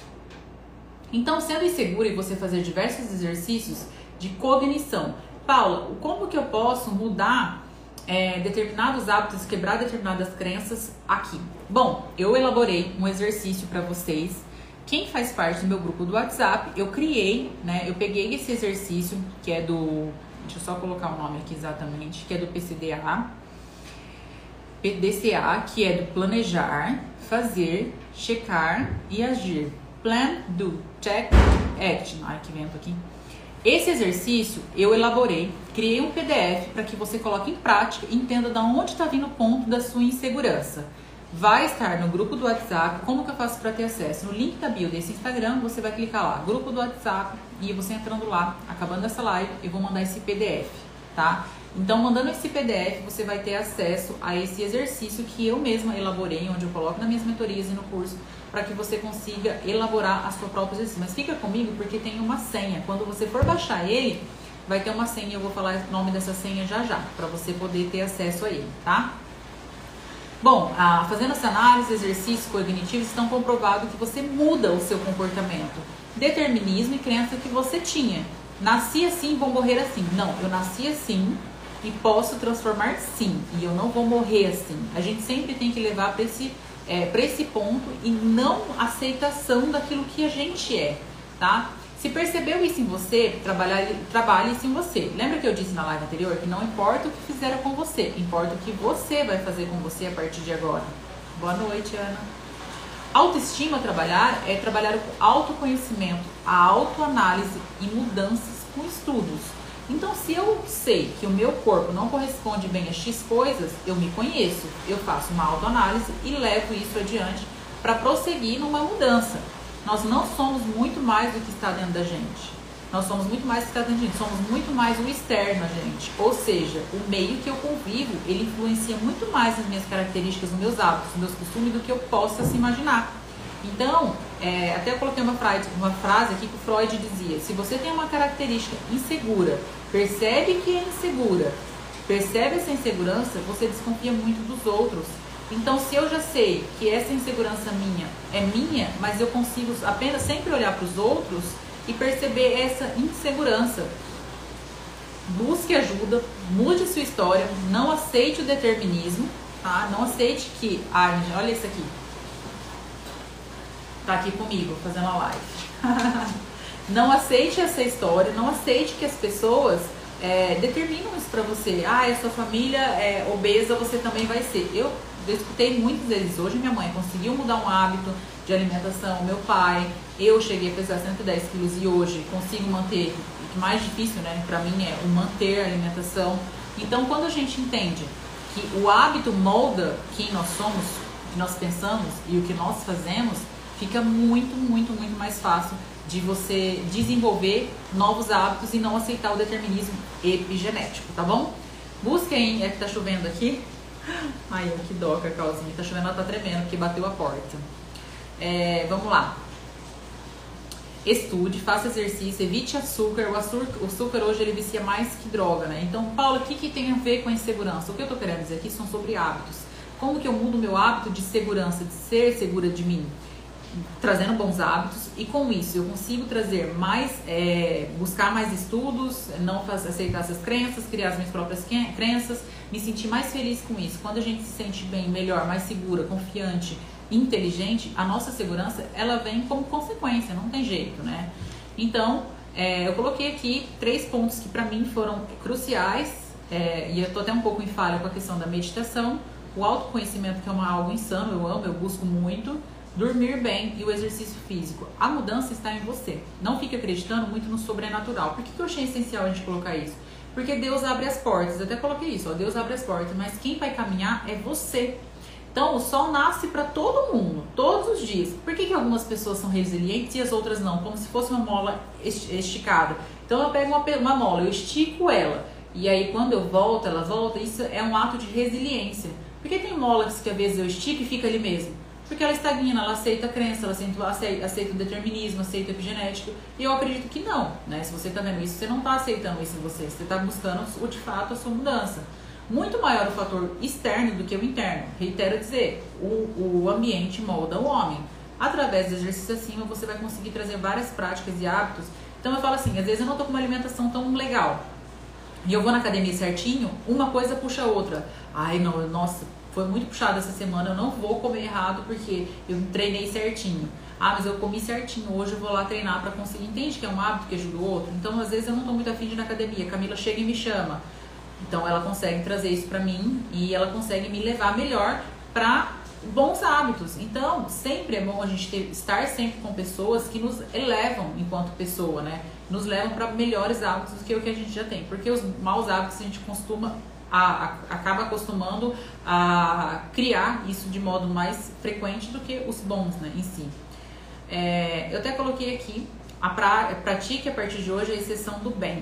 Speaker 1: Então, sendo insegura e você fazer diversos exercícios de cognição. Paula, como que eu posso mudar determinados hábitos, quebrar determinadas crenças aqui? Bom, eu elaborei um exercício para vocês. Quem faz parte do meu grupo do WhatsApp, eu criei, né? Eu peguei esse exercício que é do... Deixa eu só colocar o nome aqui exatamente, que é do PDCA, que é do planejar, fazer, checar e agir. Plan, do, check, action. Ai, que vento aqui. Esse exercício eu elaborei, criei um PDF para que você coloque em prática e entenda de onde está vindo o ponto da sua insegurança. Vai estar no grupo do WhatsApp. Como que eu faço para ter acesso? No link da bio desse Instagram, você vai clicar lá, grupo do WhatsApp, e você entrando lá, acabando essa live, eu vou mandar esse PDF. tá? Então, mandando esse PDF, você vai ter acesso a esse exercício que eu mesma elaborei, onde eu coloco nas minhas mentorias e no curso, para que você consiga elaborar a sua própria exercício. Mas fica comigo porque tem uma senha. Quando você for baixar ele, vai ter uma senha, eu vou falar o nome dessa senha já, para você poder ter acesso a ele, tá? Bom, fazendo essa análise, exercícios cognitivos, estão comprovados que você muda o seu comportamento. Determinismo e crença que você tinha. Nasci assim, vou morrer assim. Não, eu nasci assim e posso transformar sim. E eu não vou morrer assim. A gente sempre tem que levar para esse ponto e não aceitação daquilo que a gente é, tá? Se percebeu isso em você, trabalhe isso em você. Lembra que eu disse na live anterior que não importa o que fizeram com você, importa o que você vai fazer com você a partir de agora. Boa noite, Ana. Autoestima é trabalhar o autoconhecimento, a autoanálise e mudanças com estudos. Então, se eu sei que o meu corpo não corresponde bem a X coisas, eu me conheço, eu faço uma autoanálise e levo isso adiante para prosseguir numa mudança. Nós não somos muito mais do que está dentro da gente. Nós somos muito mais do que está dentro da gente. Somos muito mais o externo, gente. Ou seja, o meio que eu convivo, ele influencia muito mais nas minhas características, nos meus hábitos, nos meus costumes, do que eu possa se imaginar. Então, até eu coloquei uma frase aqui que o Freud dizia: se você tem uma característica insegura, percebe que é insegura, percebe essa insegurança, você desconfia muito dos outros. Então, se eu já sei que essa insegurança minha é minha, mas eu consigo apenas sempre olhar para os outros e perceber essa insegurança, busque ajuda, mude sua história, não aceite o determinismo, tá? Não aceite que... olha isso aqui. Tá aqui comigo, fazendo a live. Não aceite essa história, não aceite que as pessoas determinam isso pra você. A sua família é obesa, você também vai ser. Eu escutei muitas vezes. Hoje minha mãe conseguiu mudar um hábito de alimentação, meu pai, eu cheguei a pesar 110 quilos e hoje consigo manter. O que mais difícil, né, pra mim é o manter a alimentação. Então, quando a gente entende que o hábito molda quem nós somos, o que nós pensamos e o que nós fazemos, fica muito, muito, muito mais fácil de você desenvolver novos hábitos e não aceitar o determinismo epigenético, tá bom? Busquem, que tá chovendo aqui. Ai, que dó, Cacauzinha. Tá chovendo, ela tá tremendo porque bateu a porta. Vamos lá. Estude, faça exercício, evite açúcar. O açúcar hoje ele vicia mais que droga, né? Então, Paula, o que tem a ver com a insegurança? O que eu tô querendo dizer aqui são sobre hábitos. Como que eu mudo o meu hábito de segurança, de ser segura de mim? Trazendo bons hábitos, e com isso eu consigo trazer mais, buscar mais estudos, não aceitar essas crenças, criar as minhas próprias crenças, me sentir mais feliz com isso. Quando a gente se sente bem, melhor, mais segura, confiante, inteligente, a nossa segurança ela vem como consequência, não tem jeito, né? Então, eu coloquei aqui 3 pontos que para mim foram cruciais, e eu tô até um pouco em falha com a questão da meditação, o autoconhecimento, que é algo insano, eu amo, eu busco muito. Dormir bem e o exercício físico. A mudança está em você. Não fique acreditando muito no sobrenatural. Por que eu achei essencial a gente colocar isso? Porque Deus abre as portas. Eu até coloquei isso, ó, Deus abre as portas. Mas quem vai caminhar é você. Então, o sol nasce para todo mundo, todos os dias. Por que algumas pessoas são resilientes e as outras não? Como se fosse uma mola esticada. Então, eu pego uma mola, eu estico ela. E aí, quando eu volto, ela volta. Isso é um ato de resiliência. Por que tem molas que às vezes eu estico e fica ali mesmo? Porque ela estagna, ela aceita a crença, ela aceita o determinismo, aceita o epigenético. E eu acredito que não, né? Se você está vendo isso, você não está aceitando isso em você. Você está buscando, de fato, a sua mudança. Muito maior o fator externo do que o interno. Reitero dizer, o ambiente molda o homem. Através do exercício acima, você vai conseguir trazer várias práticas e hábitos. Então eu falo assim, às vezes eu não estou com uma alimentação tão legal. E eu vou na academia certinho, uma coisa puxa a outra. Ai, não, nossa... Foi muito puxado essa semana, eu não vou comer errado porque eu treinei certinho. Mas eu comi certinho, hoje eu vou lá treinar para conseguir. Entende que é um hábito que ajuda o outro? Então, às vezes eu não tô muito afim de ir na academia. A Camila chega e me chama. Então, ela consegue trazer isso para mim e ela consegue me levar melhor para bons hábitos. Então, sempre é bom a gente estar sempre com pessoas que nos elevam enquanto pessoa, né? Nos levam para melhores hábitos do que o que a gente já tem. Porque os maus hábitos a gente acaba acostumando a criar isso de modo mais frequente do que os bons, né, em si. Eu até coloquei aqui, pratique a partir de hoje a exceção do bem.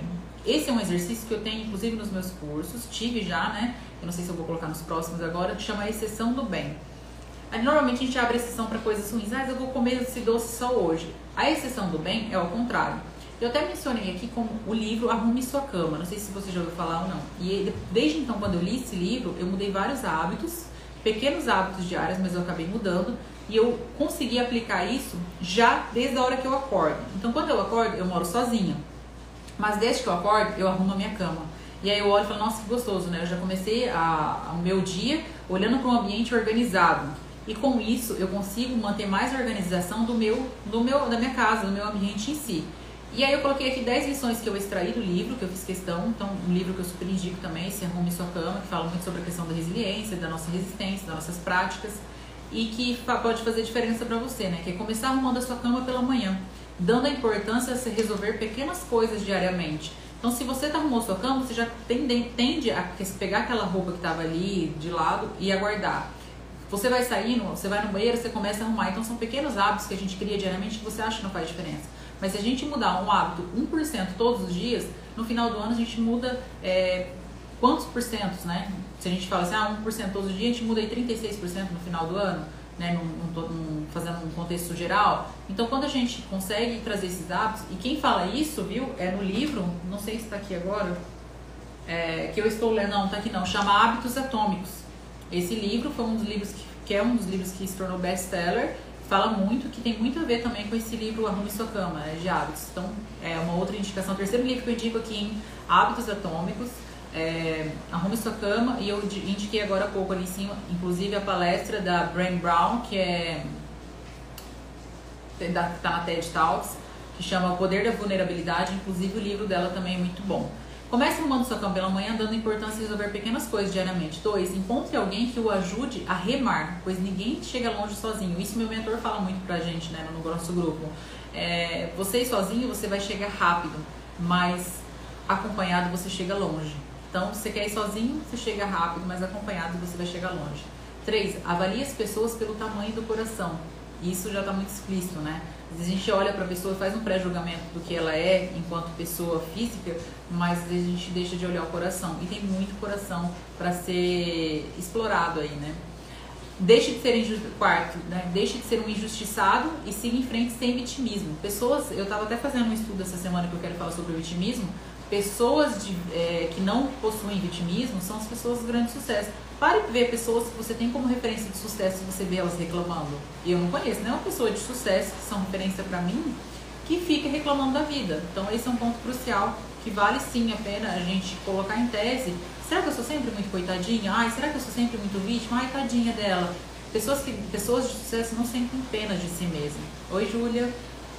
Speaker 1: Esse é um exercício que eu tenho, inclusive, nos meus cursos. Tive já, né? Eu não sei se eu vou colocar nos próximos agora, que chama a exceção do bem. Aí, normalmente a gente abre exceção para coisas ruins. Ah, eu vou comer esse doce só hoje. A exceção do bem é ao contrário. Eu até mencionei aqui como o livro Arrume Sua Cama. Não sei se você já ouviu falar ou não. E desde então, quando eu li esse livro, eu mudei vários hábitos, pequenos hábitos diários, mas eu acabei mudando. E eu consegui aplicar isso já desde a hora que eu acordo. Então, quando eu acordo, eu moro sozinha. Mas desde que eu acordo, eu arrumo a minha cama. E aí eu olho e falo, nossa, que gostoso, né? Eu já comecei o meu dia olhando para um ambiente organizado. E com isso, eu consigo manter mais organização da minha casa, do meu ambiente em si. E aí eu coloquei aqui 10 lições que eu extraí do livro, que eu fiz questão. Então, um livro que eu super indico também, esse Arrume Sua Cama, que fala muito sobre a questão da resiliência, da nossa resistência, das nossas práticas. E que pode fazer diferença para você, né? Que é começar arrumando a sua cama pela manhã, dando a importância a você resolver pequenas coisas diariamente. Então, se você arrumou sua cama, você já tende a pegar aquela roupa que estava ali de lado e aguardar. Você vai saindo, você vai no banheiro, você começa a arrumar. Então, são pequenos hábitos que a gente cria diariamente que você acha que não faz diferença. Mas se a gente mudar um hábito 1% todos os dias, no final do ano a gente muda quantos porcentos, né? Se a gente fala assim, 1% todos os dias, a gente muda aí 36% no final do ano, né? Fazendo um contexto geral. Então, quando a gente consegue trazer esses hábitos, e quem fala isso, viu, é no livro, não sei se está aqui agora, que eu estou lendo, não, está aqui não, chama Hábitos Atômicos. Esse livro foi um dos livros que é um dos livros que se tornou best-seller, fala muito, que tem muito a ver também com esse livro Arrume Sua Cama, de hábitos. Então, é uma outra indicação. O terceiro livro que eu indico aqui em Hábitos Atômicos, Arrume Sua Cama, e eu indiquei agora há pouco ali em cima, inclusive a palestra da Brené Brown, que está na TED Talks, que chama O Poder da Vulnerabilidade, inclusive o livro dela também é muito bom. Comece arrumando sua cama pela manhã, dando importância a resolver pequenas coisas diariamente. 2. Encontre alguém que o ajude a remar, pois ninguém chega longe sozinho. Isso meu mentor fala muito pra gente, né, no nosso grupo. Você ir sozinho, você vai chegar rápido, mas acompanhado você chega longe. Então, se você quer ir sozinho, você chega rápido, mas acompanhado você vai chegar longe. 3. Avalie as pessoas pelo tamanho do coração. Isso já está muito explícito, né? Às vezes a gente olha para a pessoa e faz um pré-julgamento do que ela é enquanto pessoa física, mas às vezes a gente deixa de olhar o coração. E tem muito coração para ser explorado aí, né? Deixe de ser Deixe de ser um injustiçado e siga em frente sem vitimismo. Pessoas, eu estava até fazendo um estudo essa semana que eu quero falar sobre o vitimismo. Pessoas que não possuem vitimismo são as pessoas de grande sucesso. Pare de ver pessoas que você tem como referência de sucesso e você vê elas reclamando. Eu não conheço nenhuma pessoa de sucesso que são referência para mim que fica reclamando da vida. Então esse é um ponto crucial que vale sim a pena a gente colocar em tese. Será que eu sou sempre muito coitadinha? Ai, será que eu sou sempre muito vítima? Ai, tadinha dela. Pessoas de sucesso não sentem pena de si mesmas. Oi, Júlia.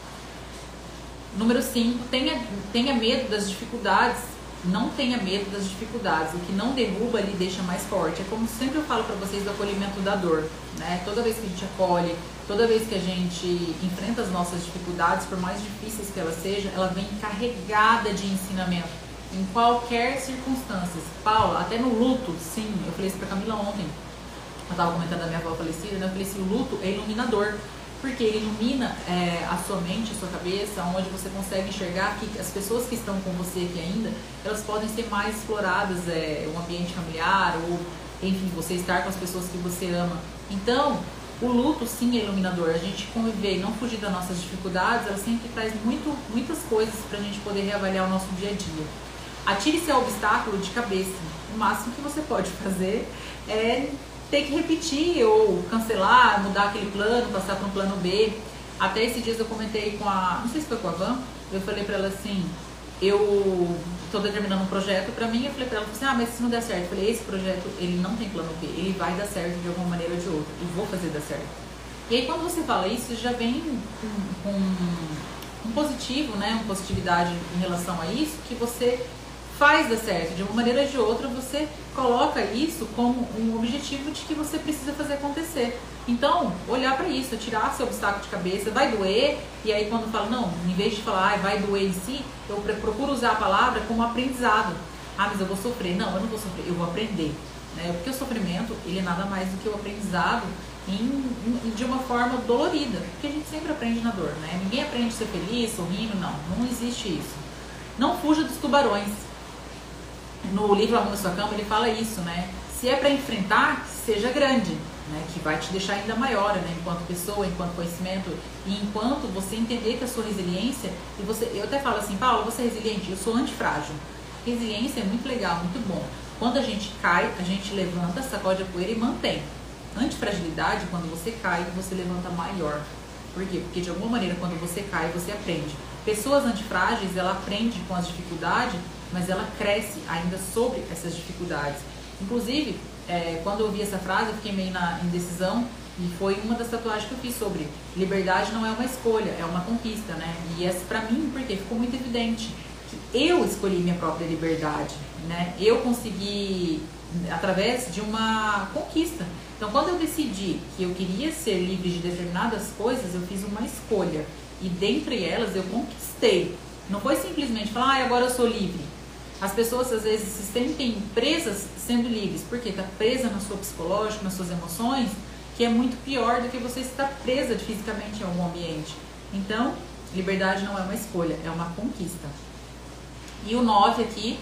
Speaker 1: Número 5, tenha medo das dificuldades. Não tenha medo das dificuldades. O que não derruba, ele deixa mais forte. É como sempre eu falo para vocês do acolhimento da dor, né? Toda vez que a gente acolhe, toda vez que a gente enfrenta as nossas dificuldades, por mais difíceis que elas sejam, ela vem carregada de ensinamento em qualquer circunstância. Paula, até no luto, sim, eu falei isso pra Camila ontem. Eu tava comentando da minha avó falecida, né? Eu falei assim, o luto é iluminador. Porque ele ilumina a sua mente, a sua cabeça, onde você consegue enxergar que as pessoas que estão com você aqui ainda, elas podem ser mais exploradas, um ambiente familiar, ou enfim, você estar com as pessoas que você ama. Então, o luto sim é iluminador. A gente conviver e não fugir das nossas dificuldades, ela sempre traz muitas coisas pra gente poder reavaliar o nosso dia a dia. Atire seu obstáculo de cabeça. O máximo que você pode fazer é ter que repetir ou cancelar, mudar aquele plano, passar para um plano B. Até esses dias eu comentei com não sei se foi com a Van, eu falei para ela assim, eu estou determinando um projeto para mim, eu falei para ela assim, mas se não der certo, eu falei, esse projeto, ele não tem plano B, ele vai dar certo de alguma maneira ou de outra, eu vou fazer dar certo. E aí quando você fala isso, já vem com um positivo, né, uma positividade em relação a isso, que você faz dar certo, de uma maneira ou de outra você coloca isso como um objetivo de que você precisa fazer acontecer. Então, olhar para isso, tirar seu obstáculo de cabeça, vai doer, e aí quando fala, não, em vez de falar, vai doer em si, eu procuro usar a palavra como aprendizado. Mas eu vou sofrer. Não, eu não vou sofrer, eu vou aprender. Né? Porque o sofrimento, ele é nada mais do que o aprendizado de uma forma dolorida, porque a gente sempre aprende na dor, né? Ninguém aprende a ser feliz, sorrindo, não existe isso. Não fuja dos tubarões. No livro Arrume Sua Cama ele fala isso, né? Se é para enfrentar, seja grande, né? Que vai te deixar ainda maior, né? Enquanto pessoa, enquanto conhecimento, e enquanto você entender que a sua resiliência, e você, eu até falo assim, Paula, você é resiliente? Eu sou antifrágil. Resiliência é muito legal, muito bom. Quando a gente cai, a gente levanta, sacode a poeira e mantém. Antifragilidade, quando você cai, você levanta maior. Por quê? Porque de alguma maneira, quando você cai, você aprende. Pessoas antifrágeis, ela aprende com as dificuldades, mas ela cresce ainda sobre essas dificuldades. Inclusive, quando eu ouvi essa frase, eu fiquei meio na indecisão, e foi uma das tatuagens que eu fiz sobre liberdade não é uma escolha, é uma conquista, né? E essa pra mim, porque ficou muito evidente que eu escolhi minha própria liberdade, né? Eu consegui através de uma conquista. Então, quando eu decidi que eu queria ser livre de determinadas coisas, eu fiz uma escolha. E dentre elas, eu conquistei. Não foi simplesmente falar, agora eu sou livre. As pessoas, às vezes, se sentem presas sendo livres. Porque está presa no seu psicológico, nas suas emoções, que é muito pior do que você estar presa fisicamente em algum ambiente. Então, liberdade não é uma escolha, é uma conquista. E o 9 aqui,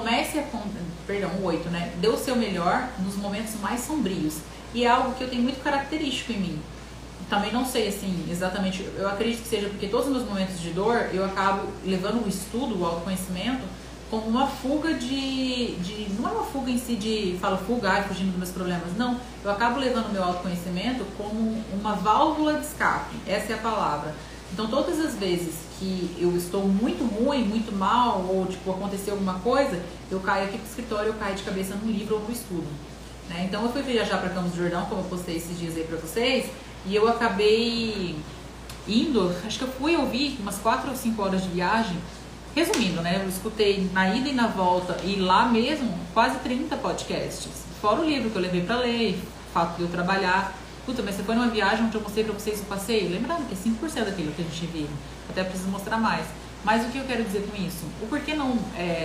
Speaker 1: o 8, né? Dê o seu melhor nos momentos mais sombrios. E é algo que eu tenho muito característico em mim. Também não sei, assim, exatamente, eu acredito que seja porque todos os meus momentos de dor, eu acabo levando o estudo, o autoconhecimento, como uma fuga não é uma fuga em si de, fugar, fugindo dos meus problemas, não. Eu acabo levando o meu autoconhecimento como uma válvula de escape, essa é a palavra. Então, todas as vezes que eu estou muito ruim, muito mal, ou, aconteceu alguma coisa, eu caio aqui pro escritório, eu caio de cabeça num livro ou no estudo. Né? Então, eu fui viajar para Campos do Jordão, como eu postei esses dias aí pra vocês, e eu acabei indo, acho que eu fui ouvir umas 4 ou 5 horas de viagem. Resumindo, né? Eu escutei na ida e na volta, e lá mesmo, quase 30 podcasts. Fora o livro que eu levei pra ler, o fato de eu trabalhar. Puta, mas você foi numa viagem onde eu mostrei pra vocês o passeio? Lembrando que é 5% daquilo que a gente vive. Até preciso mostrar mais. Mas o que eu quero dizer com isso? O porquê não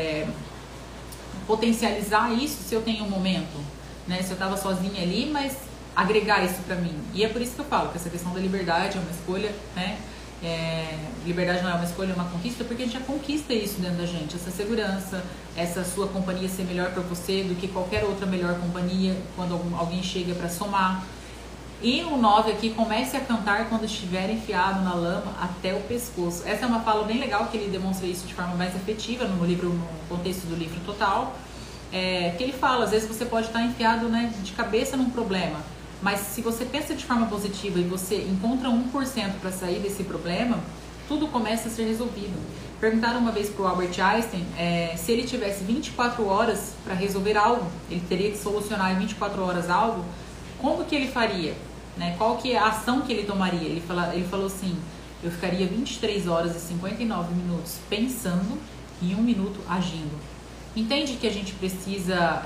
Speaker 1: potencializar isso se eu tenho um momento? Né? Se eu tava sozinha ali, mas agregar isso pra mim. E é por isso que eu falo que essa questão da liberdade é uma escolha, né? Liberdade não é uma escolha, é uma conquista, porque a gente já conquista isso dentro da gente, essa segurança, essa sua companhia ser melhor para você do que qualquer outra melhor companhia quando alguém chega para somar. E o 9 aqui, comece a cantar quando estiver enfiado na lama até o pescoço. Essa é uma fala bem legal, que ele demonstra isso de forma mais efetiva no contexto do livro Total, que ele fala, às vezes você pode estar enfiado, né, de cabeça num problema, mas se você pensa de forma positiva e você encontra 1% para sair desse problema, tudo começa a ser resolvido. Perguntaram uma vez para o Albert Einstein se ele tivesse 24 horas para resolver algo, ele teria que solucionar em 24 horas algo, como que ele faria? Né? Qual que é a ação que ele tomaria? Ele falou assim, eu ficaria 23 horas e 59 minutos pensando e 1 minuto agindo. Entende que a gente precisa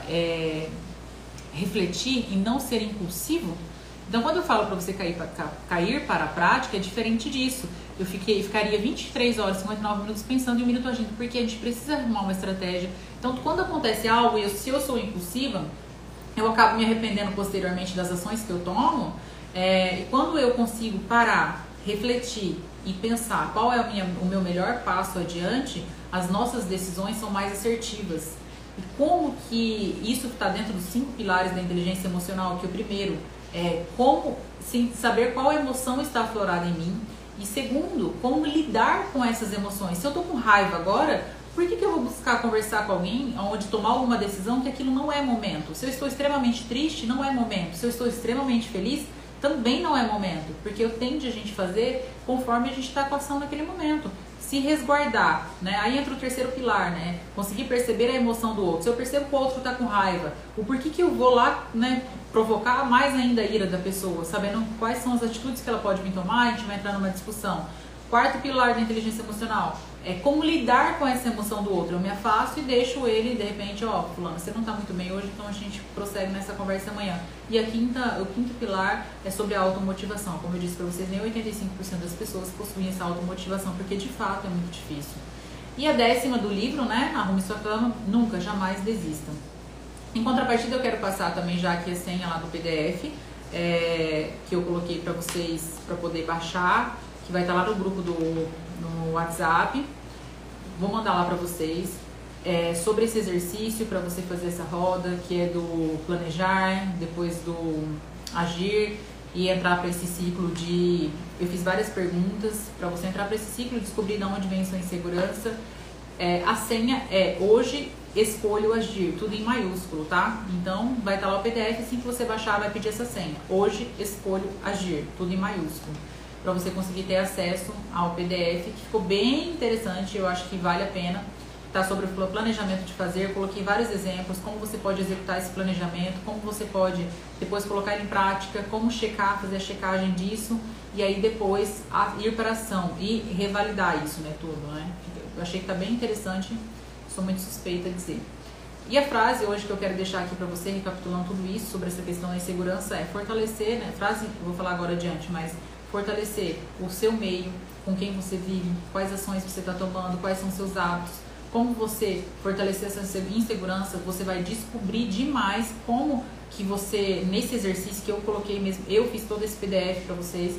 Speaker 1: refletir e não ser impulsivo? Então, quando eu falo para você cair para a prática, é diferente disso. Eu ficaria 23 horas e 59 minutos pensando e 1 minuto agindo, porque a gente precisa arrumar uma estratégia. Então, quando acontece algo e se eu sou impulsiva, eu acabo me arrependendo posteriormente das ações que eu tomo. E quando eu consigo parar, refletir e pensar qual é o meu melhor passo adiante, as nossas decisões são mais assertivas. E como que isso está dentro dos 5 pilares da inteligência emocional, que o primeiro é como saber qual emoção está aflorada em mim, e segundo, como lidar com essas emoções. Se eu estou com raiva agora, por que eu vou buscar conversar com alguém onde tomar alguma decisão que aquilo não é momento? Se eu estou extremamente triste, não é momento. Se eu estou extremamente feliz, também não é momento, porque eu tendo a gente fazer conforme a gente está com a ação naquele momento. Se resguardar, né? Aí entra o terceiro pilar, né? Conseguir perceber a emoção do outro. Se eu percebo que o outro está com raiva, o porquê que eu vou lá, né, provocar mais ainda a ira da pessoa, sabendo quais são as atitudes que ela pode me tomar, a gente vai entrar numa discussão. Quarto pilar da inteligência emocional é como lidar com essa emoção do outro. Eu me afasto e deixo ele, de repente, fulano, você não está muito bem hoje, então a gente prossegue nessa conversa amanhã. E o quinto pilar é sobre a automotivação. Como eu disse para vocês, nem 85% das pessoas possuem essa automotivação, porque de fato é muito difícil. E a 10ª do livro, né, Arrume Sua Cama, nunca, jamais desista. Em contrapartida, eu quero passar também já aqui a senha lá do PDF, que eu coloquei para vocês, para poder baixar, que vai estar lá no grupo no WhatsApp. vou mandar lá pra vocês. Sobre esse exercício para você fazer essa roda, que é do planejar, depois do agir e entrar para esse ciclo de... Eu fiz várias perguntas para você entrar para esse ciclo e descobrir de onde vem sua insegurança. A senha é hoje escolho agir, tudo em maiúsculo, tá? Então vai estar lá o PDF, assim que você baixar vai pedir essa senha. Hoje escolho agir, tudo em maiúsculo, para você conseguir ter acesso ao PDF, que ficou bem interessante, eu acho que vale a pena. Tá sobre o planejamento de fazer, eu coloquei vários exemplos, como você pode executar esse planejamento, como você pode depois colocar ele em prática, como checar, fazer a checagem disso e aí depois ir para a ação e revalidar isso, né, tudo, né? Eu achei que tá bem interessante, sou muito suspeita de dizer. E a frase hoje que eu quero deixar aqui para você, recapitulando tudo isso sobre essa questão da insegurança, é fortalecer, né? Frase, eu vou falar agora adiante, mas fortalecer o seu meio, com quem você vive, quais ações você está tomando, quais são seus hábitos. Como você fortalecer essa insegurança, você vai descobrir demais como que você, nesse exercício que eu coloquei mesmo, eu fiz todo esse PDF para vocês,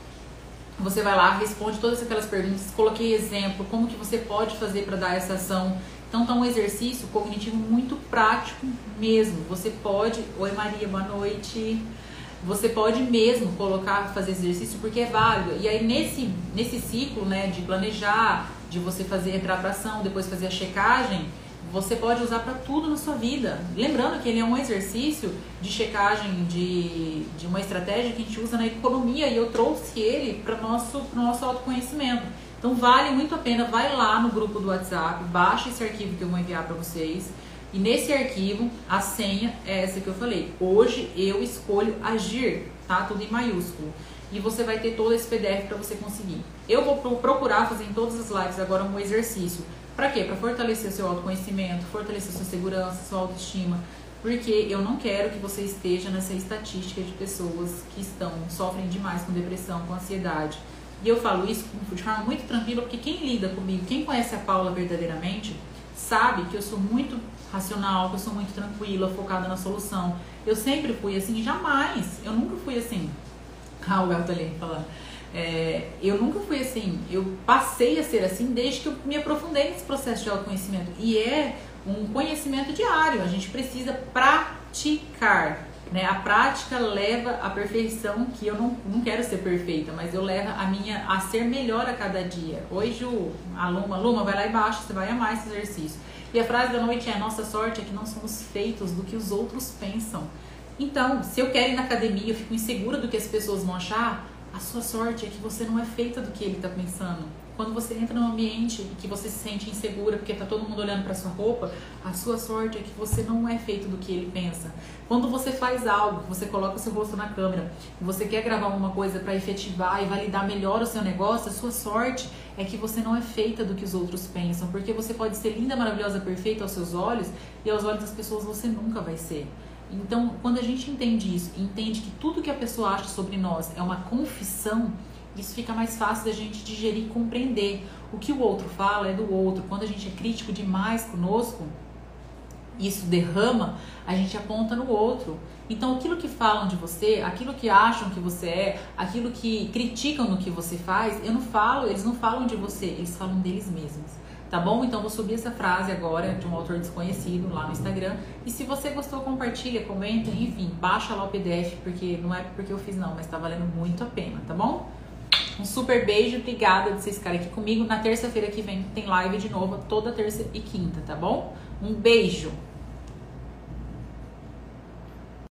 Speaker 1: você vai lá, responde todas aquelas perguntas, coloquei exemplo, como que você pode fazer para dar essa ação. Então tá um exercício cognitivo muito prático mesmo, você pode... Oi Maria, boa noite... Você pode mesmo fazer esse exercício porque é válido. E aí nesse ciclo, né, de planejar, de você entrar para ação, depois fazer a checagem, você pode usar para tudo na sua vida. Lembrando que ele é um exercício de checagem de uma estratégia que a gente usa na economia e eu trouxe ele para o nosso autoconhecimento. Então vale muito a pena, vai lá no grupo do WhatsApp, baixa esse arquivo que eu vou enviar para vocês. E nesse arquivo, a senha é essa que eu falei. Hoje eu escolho agir, tá? Tudo em maiúsculo. E você vai ter todo esse PDF para você conseguir. Eu vou procurar fazer em todas as lives agora um exercício. Para quê? Para fortalecer seu autoconhecimento, fortalecer sua segurança, sua autoestima. Porque eu não quero que você esteja nessa estatística de pessoas que sofrem demais com depressão, com ansiedade. E eu falo isso de forma muito tranquila, porque quem lida comigo, quem conhece a Paula verdadeiramente, sabe que eu sou muito racional, que eu sou muito tranquila, focada na solução. Eu sempre fui assim, jamais, eu nunca fui assim. Ah, o gato ali falando. Eu nunca fui assim, eu passei a ser assim desde que eu me aprofundei nesse processo de autoconhecimento. E é um conhecimento diário, a gente precisa praticar, né? A prática leva à perfeição, que eu não quero ser perfeita, mas eu levo a ser melhor a cada dia. Oi Ju, a Luma, vai lá embaixo, você vai amar esse exercício. E a frase da noite é: nossa sorte é que não somos feitos do que os outros pensam. Então, se eu quero ir na academia, eu fico insegura do que as pessoas vão achar, a sua sorte é que você não é feita do que ele está pensando. Quando você entra num ambiente que você se sente insegura porque tá todo mundo olhando para sua roupa, a sua sorte é que você não é feito do que ele pensa. Quando você faz algo, você coloca o seu rosto na câmera, e você quer gravar uma coisa para efetivar e validar melhor o seu negócio, a sua sorte é que você não é feita do que os outros pensam, porque você pode ser linda, maravilhosa, perfeita aos seus olhos e aos olhos das pessoas você nunca vai ser. Então, quando a gente entende isso, entende que tudo que a pessoa acha sobre nós é uma confissão, isso fica mais fácil da gente digerir e compreender. O que o outro fala é do outro. Quando a gente é crítico demais conosco, isso derrama, a gente aponta no outro. Então, aquilo que falam de você, aquilo que acham que você é, aquilo que criticam no que você faz, eles não falam de você, eles falam deles mesmos. Tá bom? Então, vou subir essa frase agora de um autor desconhecido lá no Instagram. E se você gostou, compartilha, comenta, enfim, baixa lá o PDF, porque não é porque eu fiz não, mas tá valendo muito a pena, tá bom? Um super beijo, obrigada de vocês ficarem aqui comigo. Na terça-feira que vem tem live de novo, toda terça e quinta, tá bom? Um beijo!